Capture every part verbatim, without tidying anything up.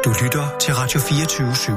Du lytter til Radio fireogtyve syv.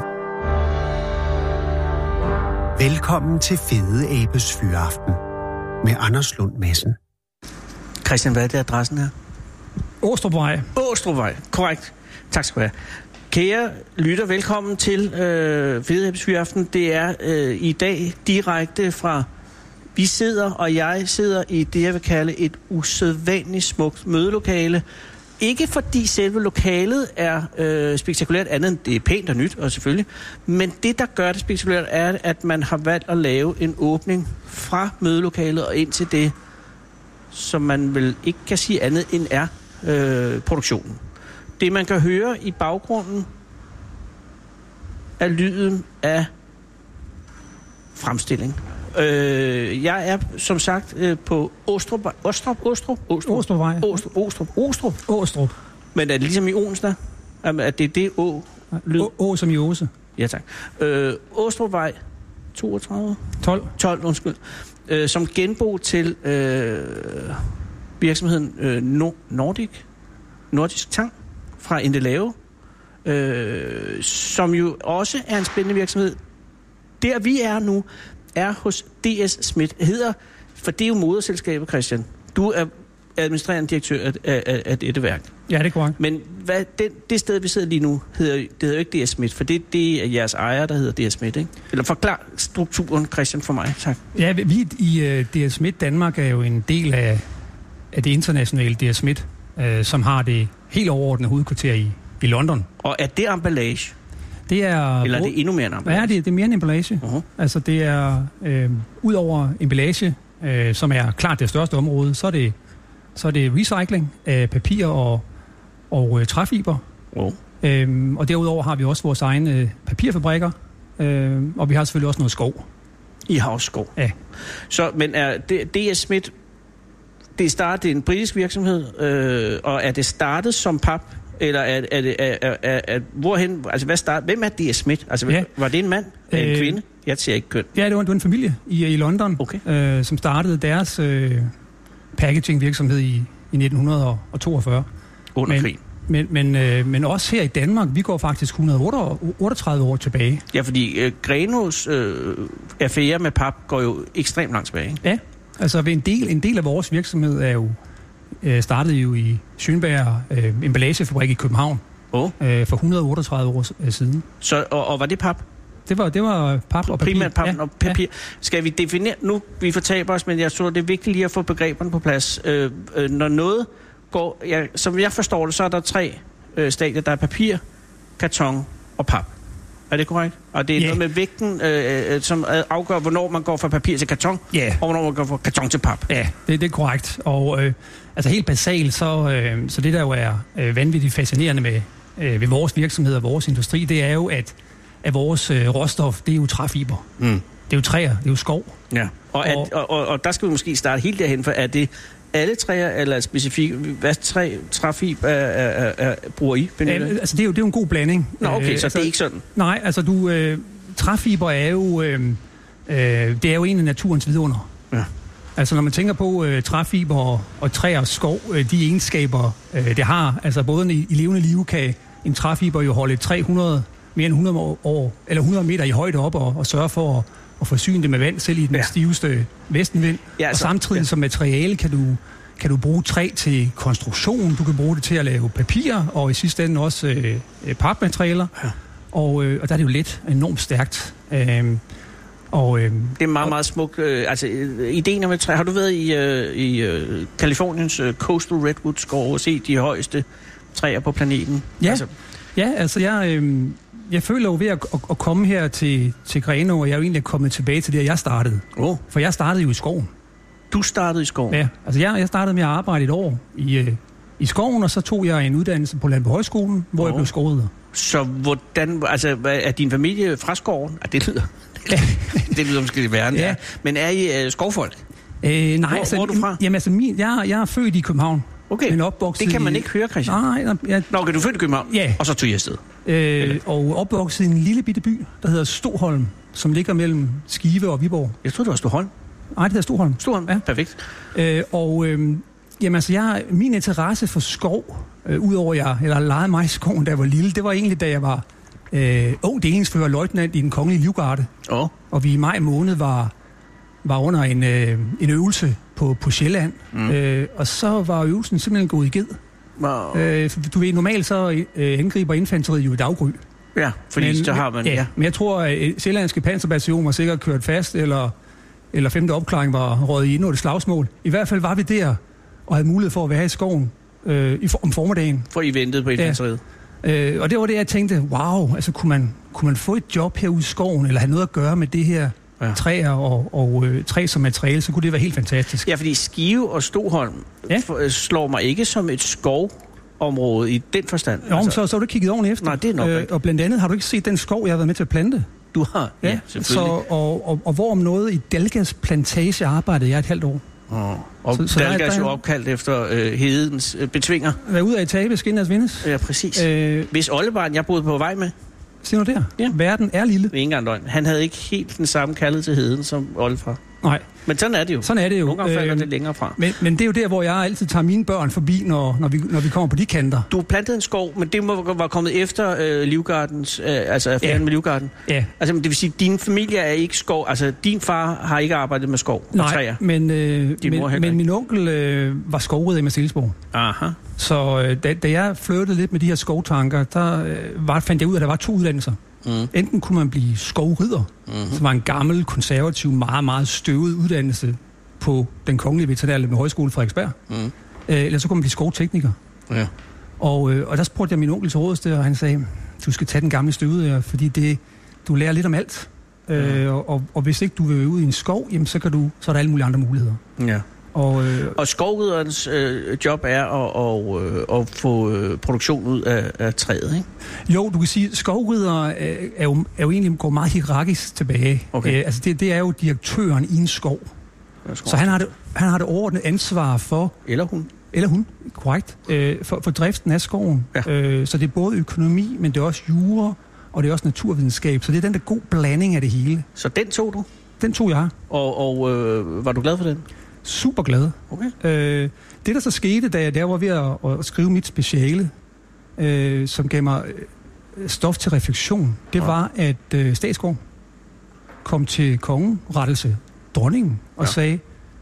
Velkommen til Fede Abes Fyraften med Anders Lund Madsen. Christian, hvad er det, adressen her? Åstrupvej. Åstrupvej, korrekt. Tak skal du have. Kære lytter, velkommen til øh, Fede Abes Fyraften. Det er øh, i dag direkte fra... Vi sidder, og jeg sidder i det, jeg vil kalde et usædvanligt smukt mødelokale. Ikke fordi selve lokalet er øh, spektakulært, andet end det er pænt og nyt, og selvfølgelig. Men det, der gør det spektakulært, er, at man har valgt at lave en åbning fra mødelokalet og ind til det, som man vel ikke kan sige andet end er øh, produktionen. Det, man kan høre i baggrunden, er lyden af fremstilling. Øh, jeg er, som sagt, øh, på Åstrup, Åstrup, Åstrup, Åstrup, Åstrupvej. Åstrup, Åstrup, Åstrup. Åstrup. Men er det ligesom i Onsdag? At det er det å lyd? Å, å som i Åse. Ja, tak. Øh, Åstrupvej toogtredive? tolv. tolv, undskyld. Øh, som genbo til øh, virksomheden øh, no- Nordic, Nordisk Tang fra Indelave, øh, som jo også er en spændende virksomhed. Der vi er nu, er hos D S Smith. Hedder, for det er jo moderselskabet, Christian. Du er administrerende direktør af, af, af dette værk. Ja, det er korrekt. Men hvad, det, det sted, vi sidder lige nu, hedder, det hedder jo ikke D S Smith, for det, det er jeres ejer, der hedder D S Smith, ikke? Eller forklar strukturen, Christian, for mig. Tak. Ja, vi i uh, D S Smith Danmark er jo en del af, af det internationale D S Smith, uh, som har det helt overordnede hovedkvarter i, i London. Og er det emballage? Det er... Eller er det endnu mere en emballage? Ja, det, det er mere en emballage. Uh-huh. Altså, det er... Øh, ud over emballage, øh, som er klart det største område, så er det, så er det recycling af papir og, og øh, træfiber. Uh-huh. Øhm, og derudover har vi også vores egne øh, papirfabrikker, øh, og vi har selvfølgelig også noget skov. I har også skov? Ja. Så, men er D S Smith... Det er startet, det er en britisk virksomhed, øh, og er det startet som pap? Eller er, er det, er, er, er, er, hvorhen, altså hvad start, hvem er D S Smith? Altså, ja. Var det en mand? Øh, en kvinde? Jeg siger ikke køn. Ja, det var, det var en familie i, i London, okay. øh, som startede deres øh, packaging-virksomhed i, i nitten toogfyrre. Under men, krigen. Men, men, øh, men også her i Danmark, vi går faktisk et hundrede og otteogtredive år tilbage. Ja, fordi øh, Grenos øh, affære med pap går jo ekstremt langt tilbage, ikke? Ja, altså en del, en del af vores virksomhed er jo startede jo i Schönberg øh, emballagefabrik i København oh. øh, for et hundrede og otteogtredive år siden. Så, og, og var det pap? Det var, det var pap og papir. Primært pap ja, og papir. Ja. Skal vi definere, nu vi fortaber os, men jeg tror, det er vigtigt lige at få begreberne på plads. Øh, øh, når noget går, ja, som jeg forstår det, så er der tre øh, stadier. Der er papir, karton og pap. Er det korrekt? Og det er yeah. noget med vægten, øh, øh, som afgør, hvornår man går fra papir til karton, yeah. og hvornår man går fra karton til pap. Ja, det, det er korrekt. Og øh, altså helt basalt, så, øh, så det der jo er øh, vanvittigt fascinerende med øh, ved vores virksomhed og vores industri, det er jo, at, at vores øh, råstof, det er jo træfiber. Mm. Det er jo træer, det er jo skov. Ja, og, at, og, og, og der skal vi måske starte helt derhen, for er det alle træer, eller specifikt, hvad træ, træfiber er, er, er, bruger I? Ja, altså det er, jo, det er jo en god blanding. Nå, okay, øh, så altså, det er ikke sådan? Nej, altså du, øh, træfiber er jo, øh, øh, det er jo en af naturens vidunder. Ja. Altså når man tænker på øh, træfiber og, og træer og skov, øh, de egenskaber, øh, det har, altså både i, i levende liv kan en træfiber jo holde tre hundrede, mere end hundrede år, eller hundrede meter i højde op og, og sørge for at, at forsyne det med vand, selv i den ja. stiveste vestenvind. Ja, altså, og samtidig ja. som materiale kan du kan du bruge træ til konstruktion, du kan bruge det til at lave papir, og i sidste ende også øh, papmaterialer. Ja. Og, øh, og der er det jo let, enormt stærkt. Øhm, og, øh, det er meget, meget smukt. Øh, altså, ideen om et træ. Har du været i, øh, i øh, Californiens øh, Coastal Redwood skov og set de højeste træer på planeten? Ja, altså, ja, altså jeg, øh, jeg føler jo ved at, at, at komme her til, til Grenaa, og jeg er jo egentlig kommet tilbage til det, jeg startede. Oh. For jeg startede jo i skoven. Du startede i skoven? Ja, altså jeg, jeg startede med at arbejde et år i, øh, i skoven, og så tog jeg en uddannelse på Landbohøjskolen, hvor oh. jeg blev skovrider. Så hvordan, altså er din familie fra skoven? Ah, det lyder, det lyder måske lidt værre end ja. Der. Men er I øh, skovfolk? Øh, nej, hvor, altså, hvor er du fra? Jamen altså, min, jeg, jeg er født i København. Okay, men det kan man ikke høre, Christian. Nej, nej. Jeg... Nå, okay, du er født i København, ja. Og så tog jeg afsted. Øh, og opvokset i en lille bitte by, der hedder Stoholm, som ligger mellem Skive og Viborg. Jeg troede, det var Stoholm. Nej, det hedder Stoholm. Stoholm, ja, perfekt. Øh, og øh, Jamen altså, jeg, min interesse for skov, øh, udover jeg eller legede mig i skoven, da jeg var lille, det var egentlig, da jeg var øh, ung delingsfører løjtnant i den kongelige livgarde. Oh. Og vi i maj måned var, var under en, øh, en øvelse på, på Sjælland. Mm. Øh, og så var øvelsen simpelthen gået i ged. Wow. Øh, du ved, normalt så øh, angriber infanteriet jo i daggry. Ja, fordi men, så har man... Ja, ja. Men jeg tror, at sjællandske panserbataillon var sikkert kørt fast, eller, eller femte opklaring var røget i endnu et slagsmål. I hvert fald var vi der, og havde mulighed for at være i skoven øh, i for, om formiddagen. For I ventede på infanteriet. Ja. Øh, og det var det, jeg tænkte, wow, altså kunne man, kunne man få et job herude i skoven, eller have noget at gøre med det her ja. træer og, og øh, træ som materiale, så kunne det være helt fantastisk. Ja, fordi Skive og Stoholm ja. f- slår mig ikke som et skovområde i den forstand. Jo, altså, så, så har du ikke kigget ordentligt efter. Nej, det er nok øh, og blandt andet har du ikke set den skov, jeg har været med til at plante. Du har, ja, ja selvfølgelig. Så, og, og, og hvor om noget i Dalgas plantage arbejdede jeg et halvt år. Oh. Og så, så Dalgas jo opkaldt efter øh, hedens øh, betvinger. Vær ud af at tabe, skinne vindes. Ja, præcis. Øh, Hvis Ollebarn, jeg boede på vej med. Siger du der? Ja. Verden er lille. Det er ikke engang løgn. Han havde ikke helt den samme kærlighed til heden som Oldefar. Nej. Men sådan er det jo. Sådan er det jo. Nogle gange falder øh, det længere fra. Men, men det er jo der, hvor jeg altid tager mine børn forbi, når, når, vi, når vi kommer på de kanter. Du plantede en skov, men det må være kommet efter øh, Livgardens, øh, altså affæren ja. med Livgarden. Ja. Altså, det vil sige, at din familie er ikke skov. Altså, din far har ikke arbejdet med skov og Nej, træer. men, øh, men, men min onkel øh, var skovrider i Marselisborg. Aha. Så øh, da, da jeg flyttede lidt med de her skovtanker, der øh, var, fandt jeg ud af, at der var to uddannelser. Mm. Enten kunne man blive skovrider, mm-hmm. som var en gammel, konservativ, meget, meget støvet uddannelse på den kongelige veterinære med højskole Frederiksberg. Mm. Øh, eller så kunne man blive skovtekniker. Ja. Og, øh, og der spurgte jeg min onkel til råds der, og han sagde, du skal tage den gamle støvede, fordi det, du lærer lidt om alt. Mm. Øh, og, og, og hvis ikke du vil ud i en skov, jamen, så, kan du, så er der alle mulige andre muligheder. Ja. Og, øh, og skovriderens øh, job er at, og, øh, at få øh, produktion ud af, af træet, ikke? Jo, du kan sige, at skovrider er, er, jo, er jo egentlig går meget hierarkisk tilbage. Okay. Æ, altså det, det er jo direktøren i en skov. Så han har, det, han har det overordnede ansvar for... Eller hun. Eller hun, korrekt. Øh, for, for driften af skoven. Ja. Øh, så det er både økonomi, men det er også jura, og det er også naturvidenskab. Så det er den der god blanding af det hele. Så den tog du? Den tog jeg. Og, og øh, var du glad for den? Super glad. Okay. Øh, det, der så skete, da jeg der var ved at, at skrive mit speciale, øh, som gav mig stof til refleksion, det ja. var, at øh, Statsgaard kom til kongen, rettelse dronningen, og ja. sagde,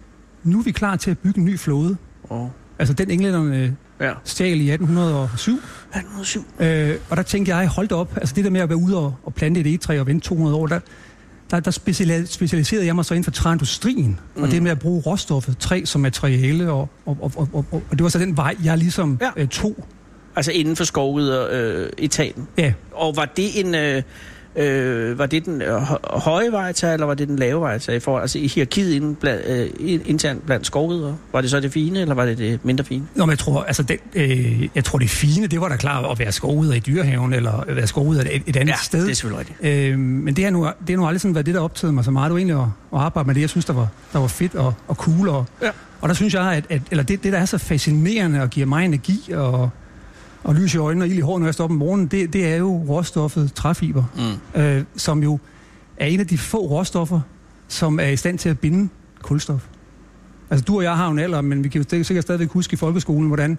nu er vi klar til at bygge en ny flåde. Oh. Altså den englænderne ja. stjal i atten hundrede og syv. atten hundrede og syv. Øh, og der tænkte jeg, hold da op, altså det der med at være ude og, og plante et egetræ og vente to hundrede år, der, der, der specialiserede jeg mig så inden for træindustrien, mm. og det med at bruge råstoffet, træ som materiale, og, og, og, og, og, og det var så den vej, jeg ligesom ja. øh, tog. Altså inden for skovrideretaten? Øh, ja. Og var det en... Øh Øh, var det den øh, høje vej til, eller var det den lave vej til, for, altså i hierarkiet inden blandt, øh, internt blandt skovridere? Var det så det fine, eller var det det mindre fine? Nå, men jeg tror, altså det, øh, jeg tror det fine, det var da klart at være skovrider i Dyrehaven, eller at være skovrider et, et andet ja, sted. det er selvfølgelig rigtigt. Øh, men det har nu, det har nu aldrig sådan været det, der optagede mig så meget. Det var egentlig at, at arbejde med det, jeg synes, der var, der var fedt og, og cool. Og, ja. og der synes jeg, at, at eller det, det, der er så fascinerende og giver mig energi og og lys i øjnene og ild i håret, når jeg står op om morgenen, det, det er jo råstoffet træfiber, mm. øh, som jo er en af de få råstoffer, som er i stand til at binde kulstof. Altså du og jeg har jo en alder, men vi kan jo sikkert stadigvæk huske i folkeskolen, hvordan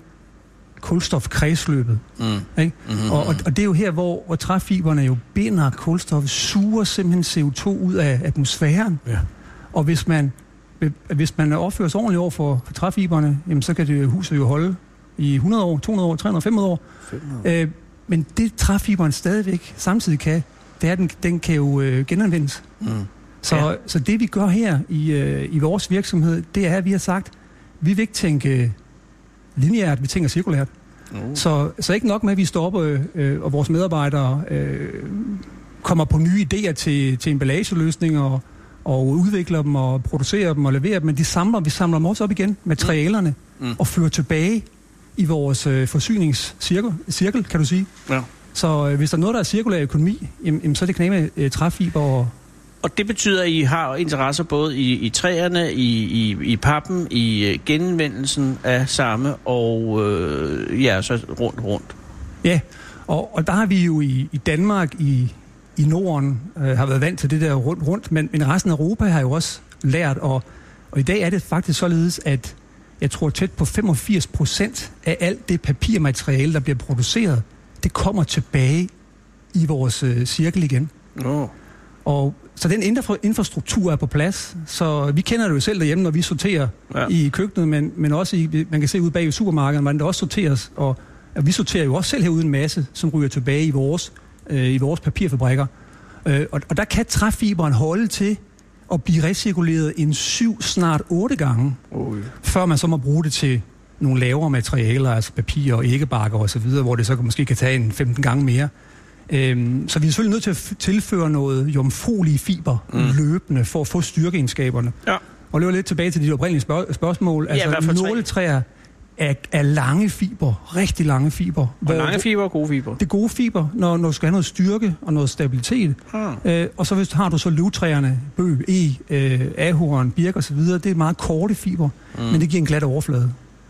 kulstofkredsløbet. Mm. Ikke? Mm-hmm. Og, og, og det er jo her, hvor, hvor træfiberne jo binder kulstof, suger simpelthen C O to ud af atmosfæren. Ja. Og hvis man, hvis man opfører sig ordentligt over for, for træfiberne, jamen, så kan det huset jo holde i hundrede år, to hundrede år, tre hundrede, fem hundrede år. Øh, men det træfiberen stadigvæk samtidig kan, det er, at den, den kan jo øh, genanvendes. Mm. Så, ja. så det vi gør her i, øh, i vores virksomhed, det er, at vi har sagt, vi vil ikke tænke lineært, vi tænker cirkulært. Mm. Så, så ikke nok med, at vi stopper, øh, og vores medarbejdere øh, kommer på nye idéer til, til emballageløsninger, og, og udvikler dem, og producerer dem, og leverer dem, men de samler, vi samler dem også op igen, materialerne, mm. og fører tilbage i vores øh, forsyningscirkel, cirkel, kan du sige. Ja. Så øh, hvis der er noget, der er cirkulær økonomi, jamen, jamen, så er det knæ med øh, træfiber. Og... og det betyder, at I har interesser både i, i træerne, i, i, i pappen, i øh, genanvendelsen af samme, og øh, ja, så rundt rundt. Ja, og, og der har vi jo i, i Danmark, i, i Norden, øh, har været vant til det der rundt rundt, men, men resten af Europa har jo også lært, og, og i dag er det faktisk således, at jeg tror tæt på femogfirs procent af alt det papirmateriale, der bliver produceret, det kommer tilbage i vores øh, cirkel igen. Oh. Og så den infra- infrastruktur er på plads, så vi kender det jo selv derhjemme, når vi sorterer ja. i køkkenet, men, men også i, man kan se ude bag i supermarkedet, hvordan det også sorteres, og vi sorterer jo også selv herude en masse, som ryger tilbage i vores, øh, i vores papirfabrikker. Øh, og, og der kan træfiberen holde til at blive recirkuleret en syv, snart otte gange, oh, ja. før man så må bruge det til nogle lavere materialer, altså papir og æggebakker og så videre, hvor det så måske kan tage en femten gange mere. Øhm, så vi er selvfølgelig nødt til at tilføre noget jomfruelige fiber mm. løbende for at få styrkeegenskaberne. Ja. Og løber lidt tilbage til de oprindelige spørg- spørgsmål. Altså ja, nåletræer er, er lange fiber, rigtig lange fiber. Og lange fiber og gode fiber. Det er gode fiber, når, når du skal have noget styrke og noget stabilitet. Hmm. Øh, og så hvis, har du så løvtræerne, bøg, eg, øh, ahorn, birk og så videre. Det er meget korte fiber, hmm. men det giver en glat overflade.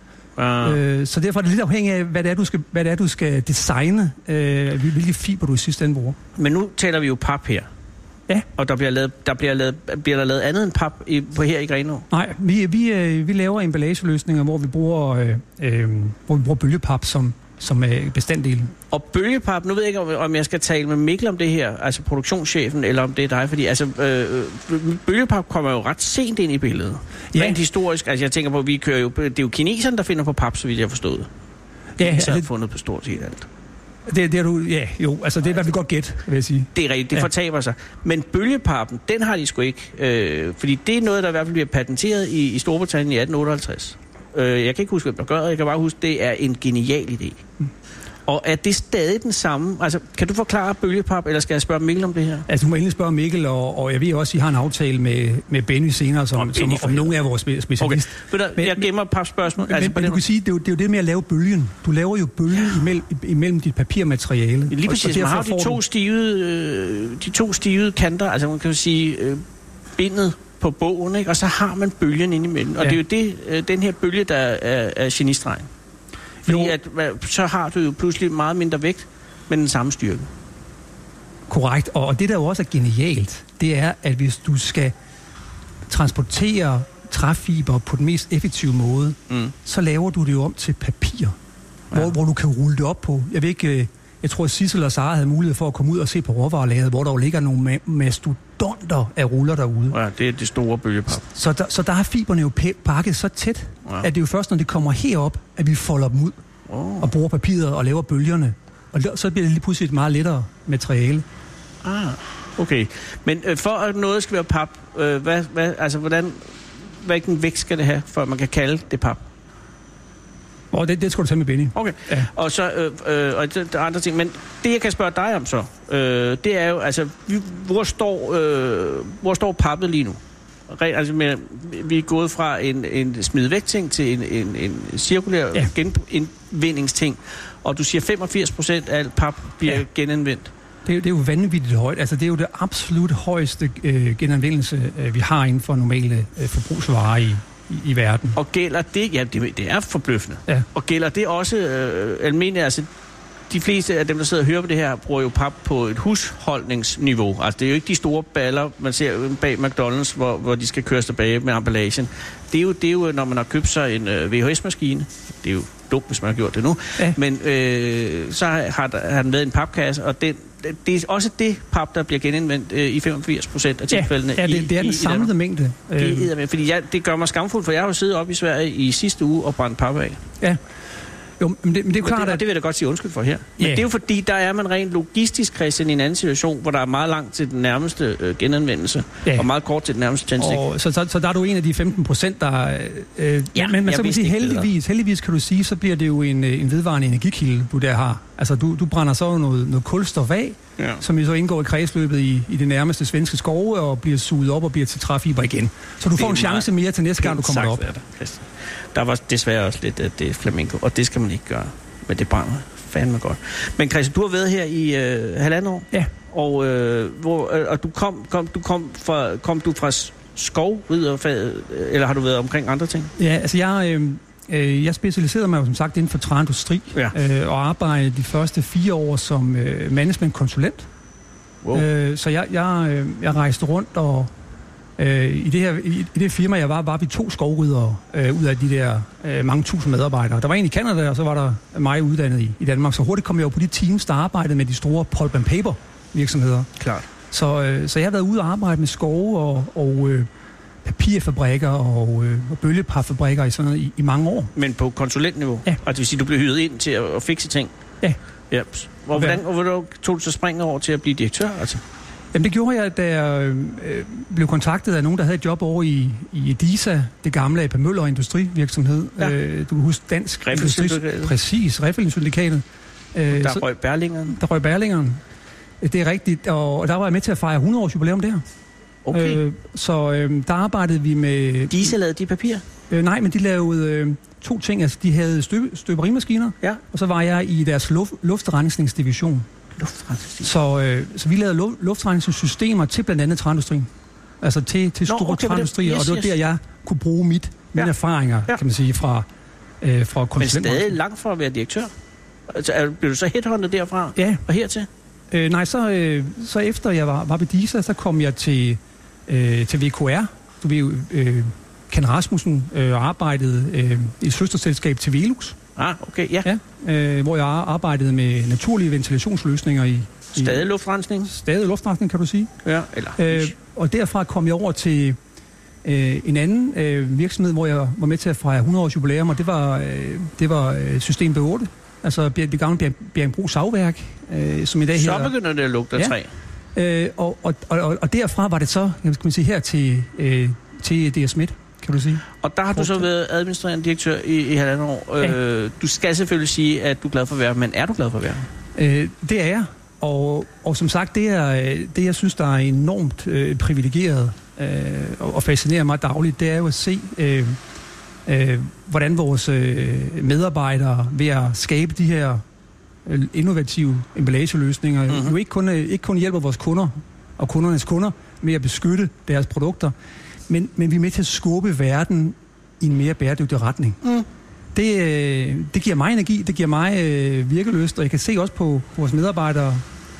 Ah. Øh, så derfor er det lidt afhængigt af, hvad det er, du skal, hvad det er, du skal designe, øh, hvilke fiber du i sidste ende bruger. Men nu taler vi jo pap her. Ja. Og der bliver, lavet, der bliver, lavet, bliver der lavet andet end pap i, på her i Grenaa? Nej, vi, vi, øh, vi laver emballageløsninger, hvor vi bruger, øh, øh, hvor vi bruger bølgepap som, som øh, bestanddel. Og bølgepap, nu ved jeg ikke, om jeg skal tale med Mikkel om det her, altså produktionschefen, eller om det er dig, fordi altså, øh, bølgepap kommer jo ret sent ind i billedet. Ja. Rent historisk, altså jeg tænker på, at vi kører jo, det er jo kineserne, der finder på pap, så vidt jeg har forstået. Ja, altså, det har fundet på stort set alt. Det, det er du, ja, jo, altså det er hvad vi godt gæt, vil jeg sige. Det er rigtigt, det ja. fortaber sig. Men bølgepappen, den har de sgu ikke, øh, fordi det er noget, der i hvert fald bliver patenteret i, i Storbritannien i atten otteoghalvtreds. Øh, jeg kan ikke huske, hvem der gør det, jeg kan bare huske, det er en genial idé. Mm. Og er det stadig den samme? Altså, kan du forklare bølgepap, eller skal jeg spørge Mikkel om det her? Altså, du må endelig spørge Mikkel, og, og jeg ved også, at I har en aftale med, med Benny senere, som, Benny som om nogle af vores specialister. Okay. Du, men, jeg gemmer papspørgsmål. Men, altså, men, men du kan sige, det er, jo, det er jo det med at lave bølgen. Du laver jo bølgen imellem, imellem dit papirmateriale. Lige præcis, man har de to, stivede, øh, de to stivede kanter, altså man kan jo sige, øh, bindet på bogen, ikke? Og så har man bølgen indimellem. Og ja. det er jo det, øh, den her bølge, der er, er genistregen. Fordi at, så har du jo pludselig meget mindre vægt, men den samme styrke. Korrekt. Og det, der jo også er genialt, det er, at hvis du skal transportere træfiber på den mest effektive måde, mm. så laver du det jo om til papir, ja. hvor, hvor du kan rulle det op på. Jeg ved ikke, jeg tror, at Sissel og Sara havde mulighed for at komme ud og se på råvarelageret, hvor der jo ligger nogle mastodonter af ruller derude. Ja, det er det store bølgepap. Så der, så der er fiberne jo pakket så tæt, ja. at det er jo først, når de kommer herop, at vi folder dem ud oh. og bruger papiret og laver bølgerne. Og så bliver det lige pludselig et meget lettere materiale. Ah, okay. Men øh, for at noget skal være pap, øh, hvad, hvad, altså hvordan, hvilken vægt skal det have, for man kan kalde det pap? Og det, det skal du tage med Benny. Okay. Ja. Og så øh, øh, og det, der er andre ting. Men det, jeg kan spørge dig om så, øh, det er jo, altså, vi, hvor, står, øh, hvor står pappet lige nu? Re, altså, med, vi er gået fra en, en smidvægt-ting til en, en, en cirkulær ja. genindvindingsting. Og du siger femogfirs procent af alt pap bliver ja. genanvendt. Det er, det er jo vanvittigt højt. Altså, det er jo det absolut højeste øh, genanvendelse, øh, vi har inden for normale øh, forbrugsvarer i I, i verden. Og gælder det, ja, det, det er forbløffende. Ja. Og gælder det også øh, almindeligt, altså de fleste af dem, der sidder og hører på det her, bruger jo pap på et husholdningsniveau. Altså det er jo ikke de store baller, man ser bag McDonald's, hvor, hvor de skal køres tilbage med emballagen. Det er jo, det er jo når man har købt sig en øh, V H S-maskine. Det er jo dumt, hvis man har gjort det nu. Ja. Men øh, så har, der, har den været en papkasse, og den, det er også det pap, der bliver genindvendt øh, i femogfirs procent af tilfældene. Ja, ja det, det er i, den samlede mængde. Det er med, fordi jeg, det gør mig skamfuldt, for jeg har jo siddet oppe i Sverige i sidste uge og brændt pap af. Ja. Jo, men det, men det er jo klart, det, at... det vil jeg da godt sige undskyld for her. Men yeah. det er jo fordi, der er man rent logistisk, Christian, i en anden situation, hvor der er meget langt til den nærmeste øh, genanvendelse, yeah. og meget kort til den nærmeste tændstik. Så, så, så der er du en af de femten procent, der... Øh, ja, men, men så vil sige, heldigvis, heldigvis kan du sige, så bliver det jo en, en vedvarende energikilde, du der har. Altså, du, du brænder så noget, noget kulstof af, ja. som jo så indgår i kredsløbet i, i det nærmeste svenske skove, og bliver suget op og bliver til træfiber igen. Så du får en chance mere til næste gang, du kommer derop. Der var desværre også lidt, at det er flamenco, og det skal man ikke gøre. Men det brænder fandme godt. Men Christian, du har været her i øh, halvandet år. Ja. Og, øh, hvor, øh, og du kom, kom, du kom fra, kom du fra skovriderfaget, eller har du været omkring andre ting? Ja, altså jeg... Øh Jeg specialiserede mig jo som sagt inden for træindustri, ja. øh, og arbejdede de første fire år som øh, managementkonsulent. Wow. Øh, så jeg, jeg, jeg rejste rundt og, Øh, I det her i, i det firma, jeg var, var vi to skovryddere øh, ud af de der øh, mange tusind medarbejdere. Der var en i Canada, og så var der mig uddannet i, i Danmark. Så hurtigt kom jeg jo på de teams, der arbejdede med de store pulp and paper virksomheder. Klart. Så, øh, så jeg har været ude og arbejde med skove og, og øh, papirfabrikker og, øh, og bølgeparfabrikker i sådan noget i, i mange år. Men på konsulentniveau? Ja. Og det vil sige, du blev hyret ind til at, at fikse ting? Ja. Ja. Hvor, hvordan og hvordan tog du så springet over til at blive direktør? Altså? Jamen det gjorde jeg, da jeg øh, blev kontaktet af nogen, der havde et job over i, i DISA, det gamle A P Møller industrivirksomhed. Ja. Øh, du kan huske Dansk Riffelsyndikatet. Præcis, Riffelsyndikatet. Øh, der så, røg Berlingeren. Der røg Berlingeren. Det er rigtigt, og, og der var jeg med til at fejre hundrede års jubilæum der. Okay. Øh, så øh, der arbejdede vi med... DISA lavede de papir? Øh, nej, men de lavede øh, to ting. Altså, de havde støb, støberimaskiner, ja. Og så var jeg i deres luft, luftrensningsdivision. Luftrensning. Så, øh, så vi lavede luft, luftrensningssystemer til blandt andet træindustrien. Altså til, til store okay, træindustrier, yes, og det var yes. der, jeg kunne bruge mit, mine ja. erfaringer, ja. kan man sige, fra, øh, fra konsulentbranchen. Men stadig langt fra at være direktør? Altså, er, blev du så headhunted derfra ja. og hertil? Øh, nej, så, øh, så efter jeg var, var ved DISA, så kom jeg til, øh, til V K R. Du ved jo, øh, Ken Rasmussen øh, arbejdede øh, i et søsterselskab til Velux. Ah, okay, ja. ja øh, hvor jeg arbejdede med naturlige ventilationsløsninger i... Stadig luftrensning? Stadig luftrensning, kan du sige. Ja, eller... Øh, og derfra kom jeg over til øh, en anden øh, virksomhed, hvor jeg var med til at fejre hundrede års jubilæum, og det var, øh, det var øh, System B otte. Altså det gamle Bjerringbro Savværk, øh, som i dag så hedder... Så begynder det at lugte af ja. træ. Øh, og, og, og, og derfra var det så, skal man sige, her til, øh, til D S Smith, kan du sige. Og der har du så været administrerende direktør i, i halvandet år. Ja. Øh, du skal selvfølgelig sige, at du er glad for at være, men er du glad for at være? Øh, det er jeg. Og, og som sagt, det er det, jeg synes, der er enormt øh, privilegeret øh, og fascinerer mig dagligt, det er jo at se, øh, øh, hvordan vores øh, medarbejdere ved at skabe de her øh, innovative emballageløsninger, mm-hmm. jo ikke kun, ikke kun hjælper vores kunder og kundernes kunder med at beskytte deres produkter, men, men vi er med til at skubbe verden i en mere bæredygtig retning. Mm. Det, øh, det giver mig energi, det giver mig øh, virkelyst, og jeg kan se også på, på vores medarbejdere,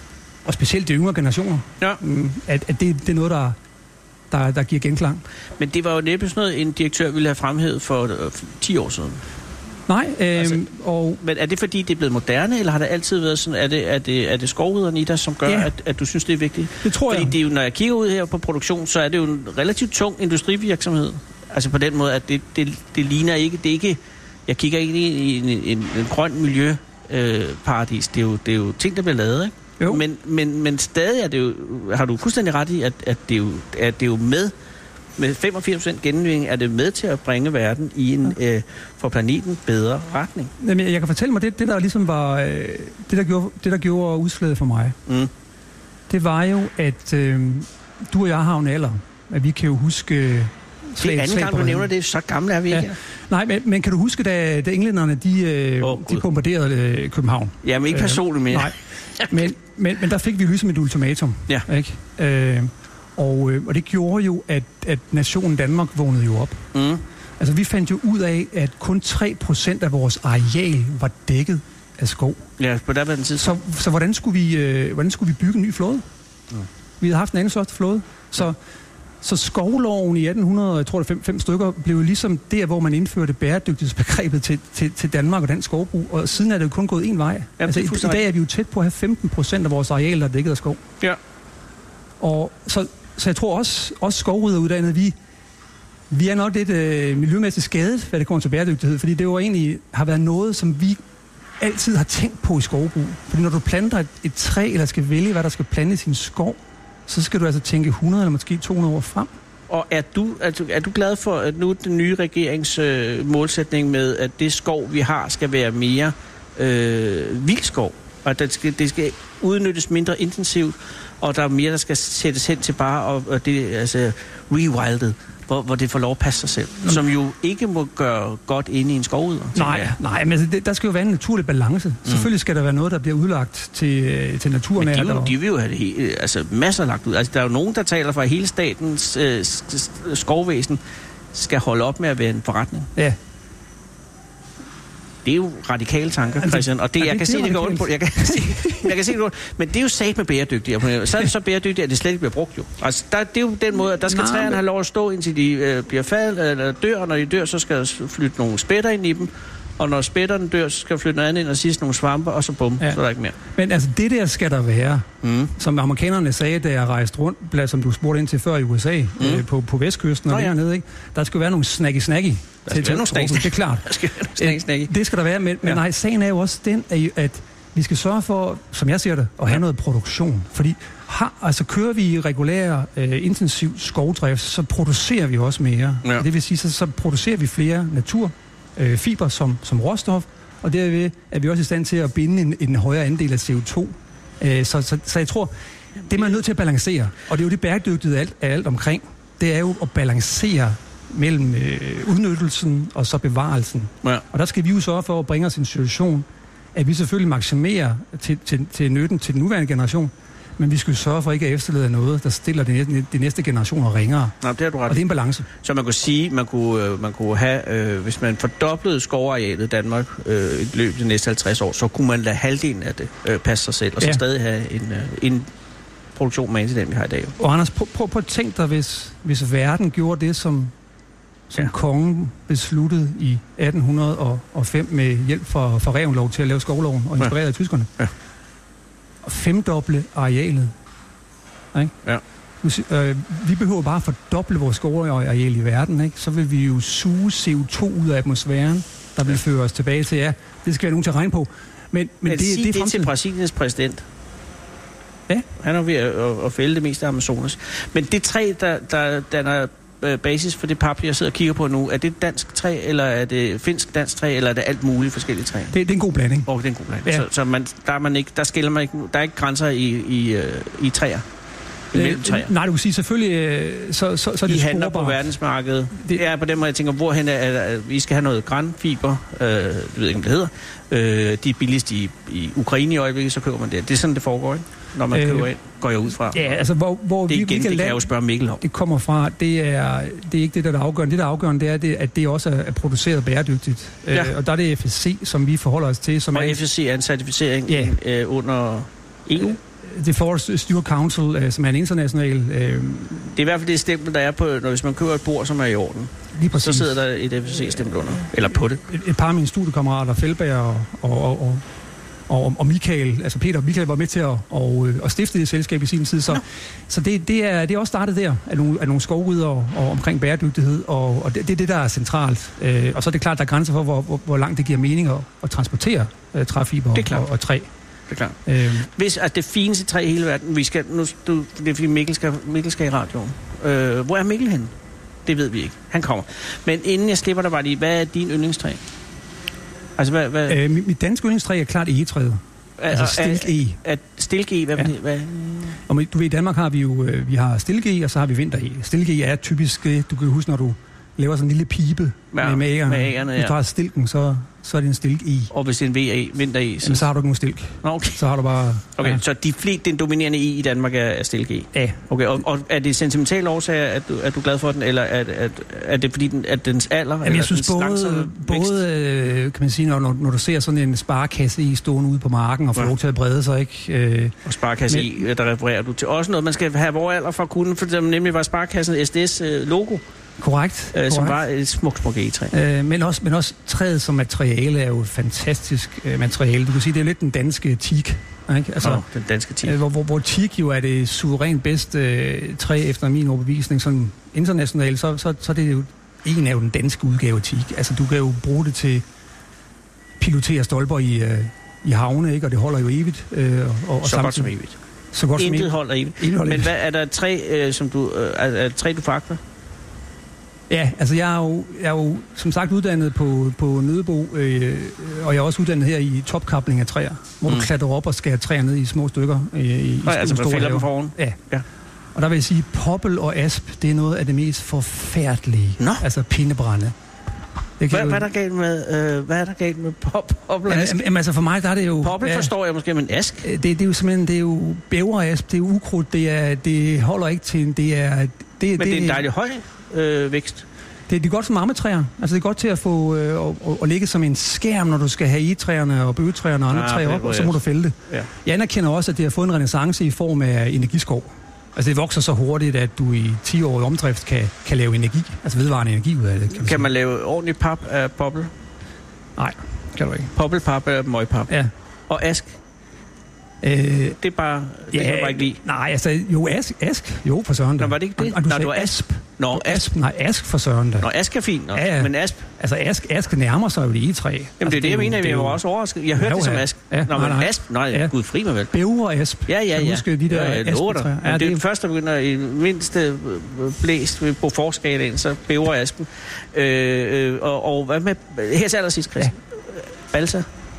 og specielt de yngre generationer, ja. at, at det, det er noget, der, der, der giver genklang. Men det var jo næppe sådan noget, en direktør ville have fremhævet for, for ti år siden. Nej. Øh, altså, og men er det fordi, det er blevet moderne, eller har det altid været sådan, er det, er det, er det skovriderne i dig, som gør, ja. at, at du synes, det er vigtigt? Det tror fordi jeg. Fordi det er jo, når jeg kigger ud her på produktion, så er det jo en relativt tung industrivirksomhed. Altså på den måde, at det, det, det ligner ikke, det er ikke, jeg kigger ikke i en, en, en, en grøn miljøparadis. Øh, det, er jo, det er jo ting, der bliver lavet, ikke? Jo. Men, men, men stadig er det jo, har du fuldstændig ret i, at, at, det, er jo, at det er jo med, med femogfirs procent genindvinding, er det med til at bringe verden i en ja. øh, for planeten bedre retning. Jamen, jeg kan fortælle mig, det, det der ligesom var, øh, det, der gjorde, det der gjorde udslaget for mig, mm. det var jo, at øh, du og jeg har en alder, at vi kan jo huske... Øh, det er anden gang, du nævner det, så gamle er vi ikke. Ja. Nej, men, men kan du huske, da, da englænderne, de, øh, oh, de bombarderede øh, København? Jamen ikke personligt mere. Øh, nej, men, men, men der fik vi ligesom et ultimatum. Ja. Ikke? Øh, og, øh, og det gjorde jo, at, at nationen Danmark vågnede jo op. Mm. Altså vi fandt jo ud af, at kun tre procent af vores areal var dækket af skov. Ja, på der var den tid. Så, så hvordan, skulle vi, øh, hvordan skulle vi bygge en ny flåde? Mm. Vi havde haft en anden største flåde. Så... Så skovloven i atten hundrede, jeg tror det er fem, fem stykker, blev ligesom der, hvor man indførte bæredygtighedsbegrebet til, til, til Danmark og dansk skovbrug. Og siden er det jo kun gået en vej. Ja, altså, i, I dag er vi jo tæt på at have femten procent af vores areal, der er dækket af skov. Ja. Og så, så jeg tror også, også skovryderuddannede, vi, vi er nok lidt øh, miljømæssigt skadet, hvad det kommer til bæredygtighed. Fordi det jo egentlig har været noget, som vi altid har tænkt på i skovbrug. Fordi når du planter et, et træ, eller skal vælge, hvad der skal plantes i en skov, så skal du altså tænke hundrede eller måske to hundrede år frem. Og er du, altså, er du glad for, at nu den nye regerings øh, målsætning med, at det skov, vi har, skal være mere øh, vild skov, og at det skal, det skal udnyttes mindre intensivt, og der er mere, der skal sættes hen til bare og, og det, altså, rewildet, hvor, hvor det får lov at passe sig selv, mm. som jo ikke må gøre godt inde i en skovryder. Nej, nej, men altså, det, der skal jo være en naturlig balance. Mm. Selvfølgelig skal der være noget, der bliver udlagt til, til naturen. Men de, jo, de vil jo have det hele, altså masser lagt ud. Altså, der er jo nogen, der taler for, at hele statens øh, skovvæsen skal holde op med at være en forretning. Ja. Det er jo radikale tanker, altså, Christian, og det, ja, jeg, det, kan det se, det går på, jeg kan se, jeg kan se det går, men det er jo sat med bæredygtigt. Så er det så bæredygtigt, at det slet ikke bliver brugt jo. Altså, der, det er jo den måde, at der skal træerne men... have lov at stå, indtil de øh, bliver faldet, eller dør, og når de dør, så skal der flytte nogle spætter ind i dem, og når spætterne dør, så skal der flytte noget andet ind og sidst nogle svampe, og så bum, ja. Så er der ikke mere. Men altså, det der skal der være, mm. som amerikanerne sagde, da jeg rejste rundt, som du spurgte ind til før i U S A, mm. øh, på, på vestkysten og længere nede, ikke? Der skal være nogle snacky-snacky. Der skal være nogle snacky. Det er klart. Der skal være nogle snacky. Det skal der være, men, men ja. nej, sagen er jo også den, at vi skal sørge for, som jeg ser det, at have ja. noget produktion. Fordi har, altså, kører vi regulær, øh, intensiv skovdrift, så producerer vi også mere. Ja. Det vil sige, så, så producerer vi flere natur, øh, fiber som, som råstof, og derved er vi også i stand til at binde en, en højere andel af C O to. Øh, så, så, så jeg tror, det man er nødt til at balancere, og det er jo det bæredygtige af alt, af alt omkring, det er jo at balancere mellem øh, udnyttelsen og så bevarelsen. Ja. Og der skal vi jo sørge for at bringe os en situation, at vi selvfølgelig maksimerer til, til, til nytten til den nuværende generation, men vi skal sørge for ikke at efterlade noget, der stiller de næste, de næste generationer ringere. Nå, det har du ret. Og det er en balance. Så man kunne sige, man kunne, man kunne have, øh, hvis man fordoblede skovarealet i Danmark øh, i løbet af de næste halvtreds år, så kunne man lade halvdelen af det øh, passe sig selv, og så ja. stadig have en, øh, en produktion med til den, vi har i dag. Og Anders, prøv, prøv, prøv at tænke dig, hvis, hvis verden gjorde det, som, som ja. kongen besluttede i atten hundrede og fem med hjælp fra, fra Reventlow til at lave skovloven og inspireret ja. af tyskerne. Ja. Og femdoble arealet. Ikke? Ja. Øh, vi behøver bare at fordoble vores skovareal i verden, ikke? Så vil vi jo suge C O to ud af atmosfæren, der vil ja. føre os tilbage til, ja, det skal være nogen til at regne på. Men, men det, sige, det, det er til Brasiliens præsident. Ja. Han er ved at, at, at fælde det meste af Amazonas. Men det træ, der, der danner basis for det pap, jeg sidder og kigger på nu, er det dansk træ, eller er det finsk dansk træ, eller er det alt muligt forskellige træ? Det, det er en god blanding. Og det er en god blanding. Ja. Så, så man, der, er man ikke, der skiller man ikke, der er ikke grænser i, i, i træer. Øh, nej, du kan sige selvfølgelig, så, så, så er det I handler på verdensmarkedet. Det er på den måde, jeg tænker, hvorhen er, er, vi skal have noget granfiber, øh, jeg ved ikke, om det hedder. Øh, de er billigst i, i Ukraine i øjeblikket, så køber man det. Det er sådan, det foregår, ikke? Når man øh, køber ind, går jeg ud fra. Ja, altså, hvor, hvor det, vi, igen, det kan jeg jo spørge Mikkel om. Det kommer fra, det er, det er ikke det, der er afgørende. Det, der er afgørende, det er, det, at det også er produceret bæredygtigt. Ja. Øh, og der er det F S C, som vi forholder os til. Som og er, F S C er en certificering ja. øh, under E U? Det Forest Steward Council, øh, som er en international... Øh, det er i hvert fald det stempel, der er på, når hvis man køber et bord, som er i orden. Så sidder der et F S C-stempel under, eller på det. Et, et par af mine studiekammerater, Feldberg og, og, og, og, og Michael, altså Peter og Michael var med til at, og, og stifte det selskab i sin tid. Så, så det, det, er, det er også startet der, af nogle, af nogle skovryder og, og omkring bæredygtighed, og, og det, det er det, der er centralt. Øh, og så er det klart, der er grænser for, hvor, hvor, hvor langt det giver mening at, at transportere øh, træfiber og, og træ. Det er klart. Øhm. Hvis at det fineste træ i hele verden, vi skal, nu, du, det er fordi Mikkel skal, Mikkel skal i radioen. Øh, hvor er Mikkel henne? Det ved vi ikke. Han kommer. Men inden jeg slipper dig bare lige, hvad er din yndlingstræ? Altså, hvad... hvad? Øh, mit, mit danske yndlingstræ er klart egetræet. Altså stilk-e. At stilk-e, hvad, ja. hvad? Og du ved, i Danmark har vi jo, vi har stilk-e, og så har vi vinter-e. Stilk-e er typisk, du kan huske, når du laver sådan en lille pibe ja, med magerne. Med ægerne, ja. Hvis du har stilken, så, så er det en stilk-e. Og hvis det er en V A, vinter-e? Så... Jamen, så har du ikke nogen stilk. Okay. Så har du bare... Okay, ja. Så de flest, den dominerende e i Danmark er, er stilk-e? Ja. Okay, og, og er det sentimental årsag, at du, at du er glad for den, eller er, at, er det fordi, den, at dens alder? Jamen, jeg synes både, både øh, kan man sige, når, når du ser sådan en sparekasse i stående ude på marken, og får ja. lov til at brede sig, ikke? Øh, og sparekasse men... i, der refererer du til også noget, man skal have hvor alder for at kunne, for det nemlig var sparekassen S D S øh, logo. Korrekt. Øh, korrekt. Som var et smukt, smukt egetræ. Øh, men, også, men også træet som materiale er jo et fantastisk øh, materiale. Du kan sige, det er lidt den danske teak. Ikke? Altså, oh, den danske teak. Øh, hvor, hvor, hvor teak jo er det suverænt bedste øh, træ, efter min overbevisning, sådan internationalt, så, så, så det er jo en af jo den danske udgave af teak. Altså, du kan jo bruge det til pilotere stolper i, øh, i havne, ikke? Og det holder jo evigt. Øh, og, og så godt som evigt. Så godt som evigt. Intet holder evigt. Men hvad er der et træ, øh, som du, øh, er, er et træ, du fakter? Ja, altså jeg er jo, jeg er jo som sagt uddannet på, på Nødebo, øh, og jeg er også uddannet her i topkapling af træer, hvor mm. du klatrer op og skærer træer ned i små stykker. Øh, i Nej, altså man fælder dem foroven? Ja. ja. Og der vil jeg sige, poppel og asp, det er noget af det mest forfærdelige. Nå. Altså pindebrænde. Hvad, jo... hvad er der galt med, øh, hvad er der galt med pop, poppel og ask? Jamen altså for mig, der er det jo... Poppel ja, forstår jeg måske, men ask? Det, det er jo simpelthen, det er jo bæverasp, det er ukrudt, det, er, det holder ikke til, det er... Det, men det, det er en dejlig høj øh, vækst. det er godt som ammetræer. Altså det er godt til at få øh, og, og, og ligge som en skærm, når du skal have egetræerne og bøgetræerne og andre ah, træer op, og så må du fælde det. Ja. Jeg anerkender også, at det har fået en renæssance i form af energiskov. Altså det vokser så hurtigt, at du i ti år i omdrift kan, kan lave energi, altså vedvarende energi ud af det. Kan, kan man lave ordentlig pap af poppel? Nej, kan du ikke. Poppelpap eller møgpap? Ja. Og ask? Øh, det er bare, det ja, kan du bare ikke lide. Nej, altså, jo, ask, ask jo, for søren da. Nå, var det ikke det? Og, og du Nå, sagde du var asp. Nå, asp. Nej, ask for søren da. Nå, ask er fint, Nå. Ja, ja. Men asp? Altså, ask, ask nærmer sig jo det egetræ. Jamen, altså, det er det, jeg mener, vi var også overrasket. Jeg hørte det som ask. Ja, Nå, men nej, nej. asp? Nej, ja. Gud fri mig vel. Bæver og asp. Ja, ja, ja. Kan du huske de der ja, aspetræer? Ja, ja, det er det første, der begynder i mindste blæst på forskalaen, så bæver aspen. Øh, øh, og, og hvad med, her til allersidst, Chris. Ja. Balsa?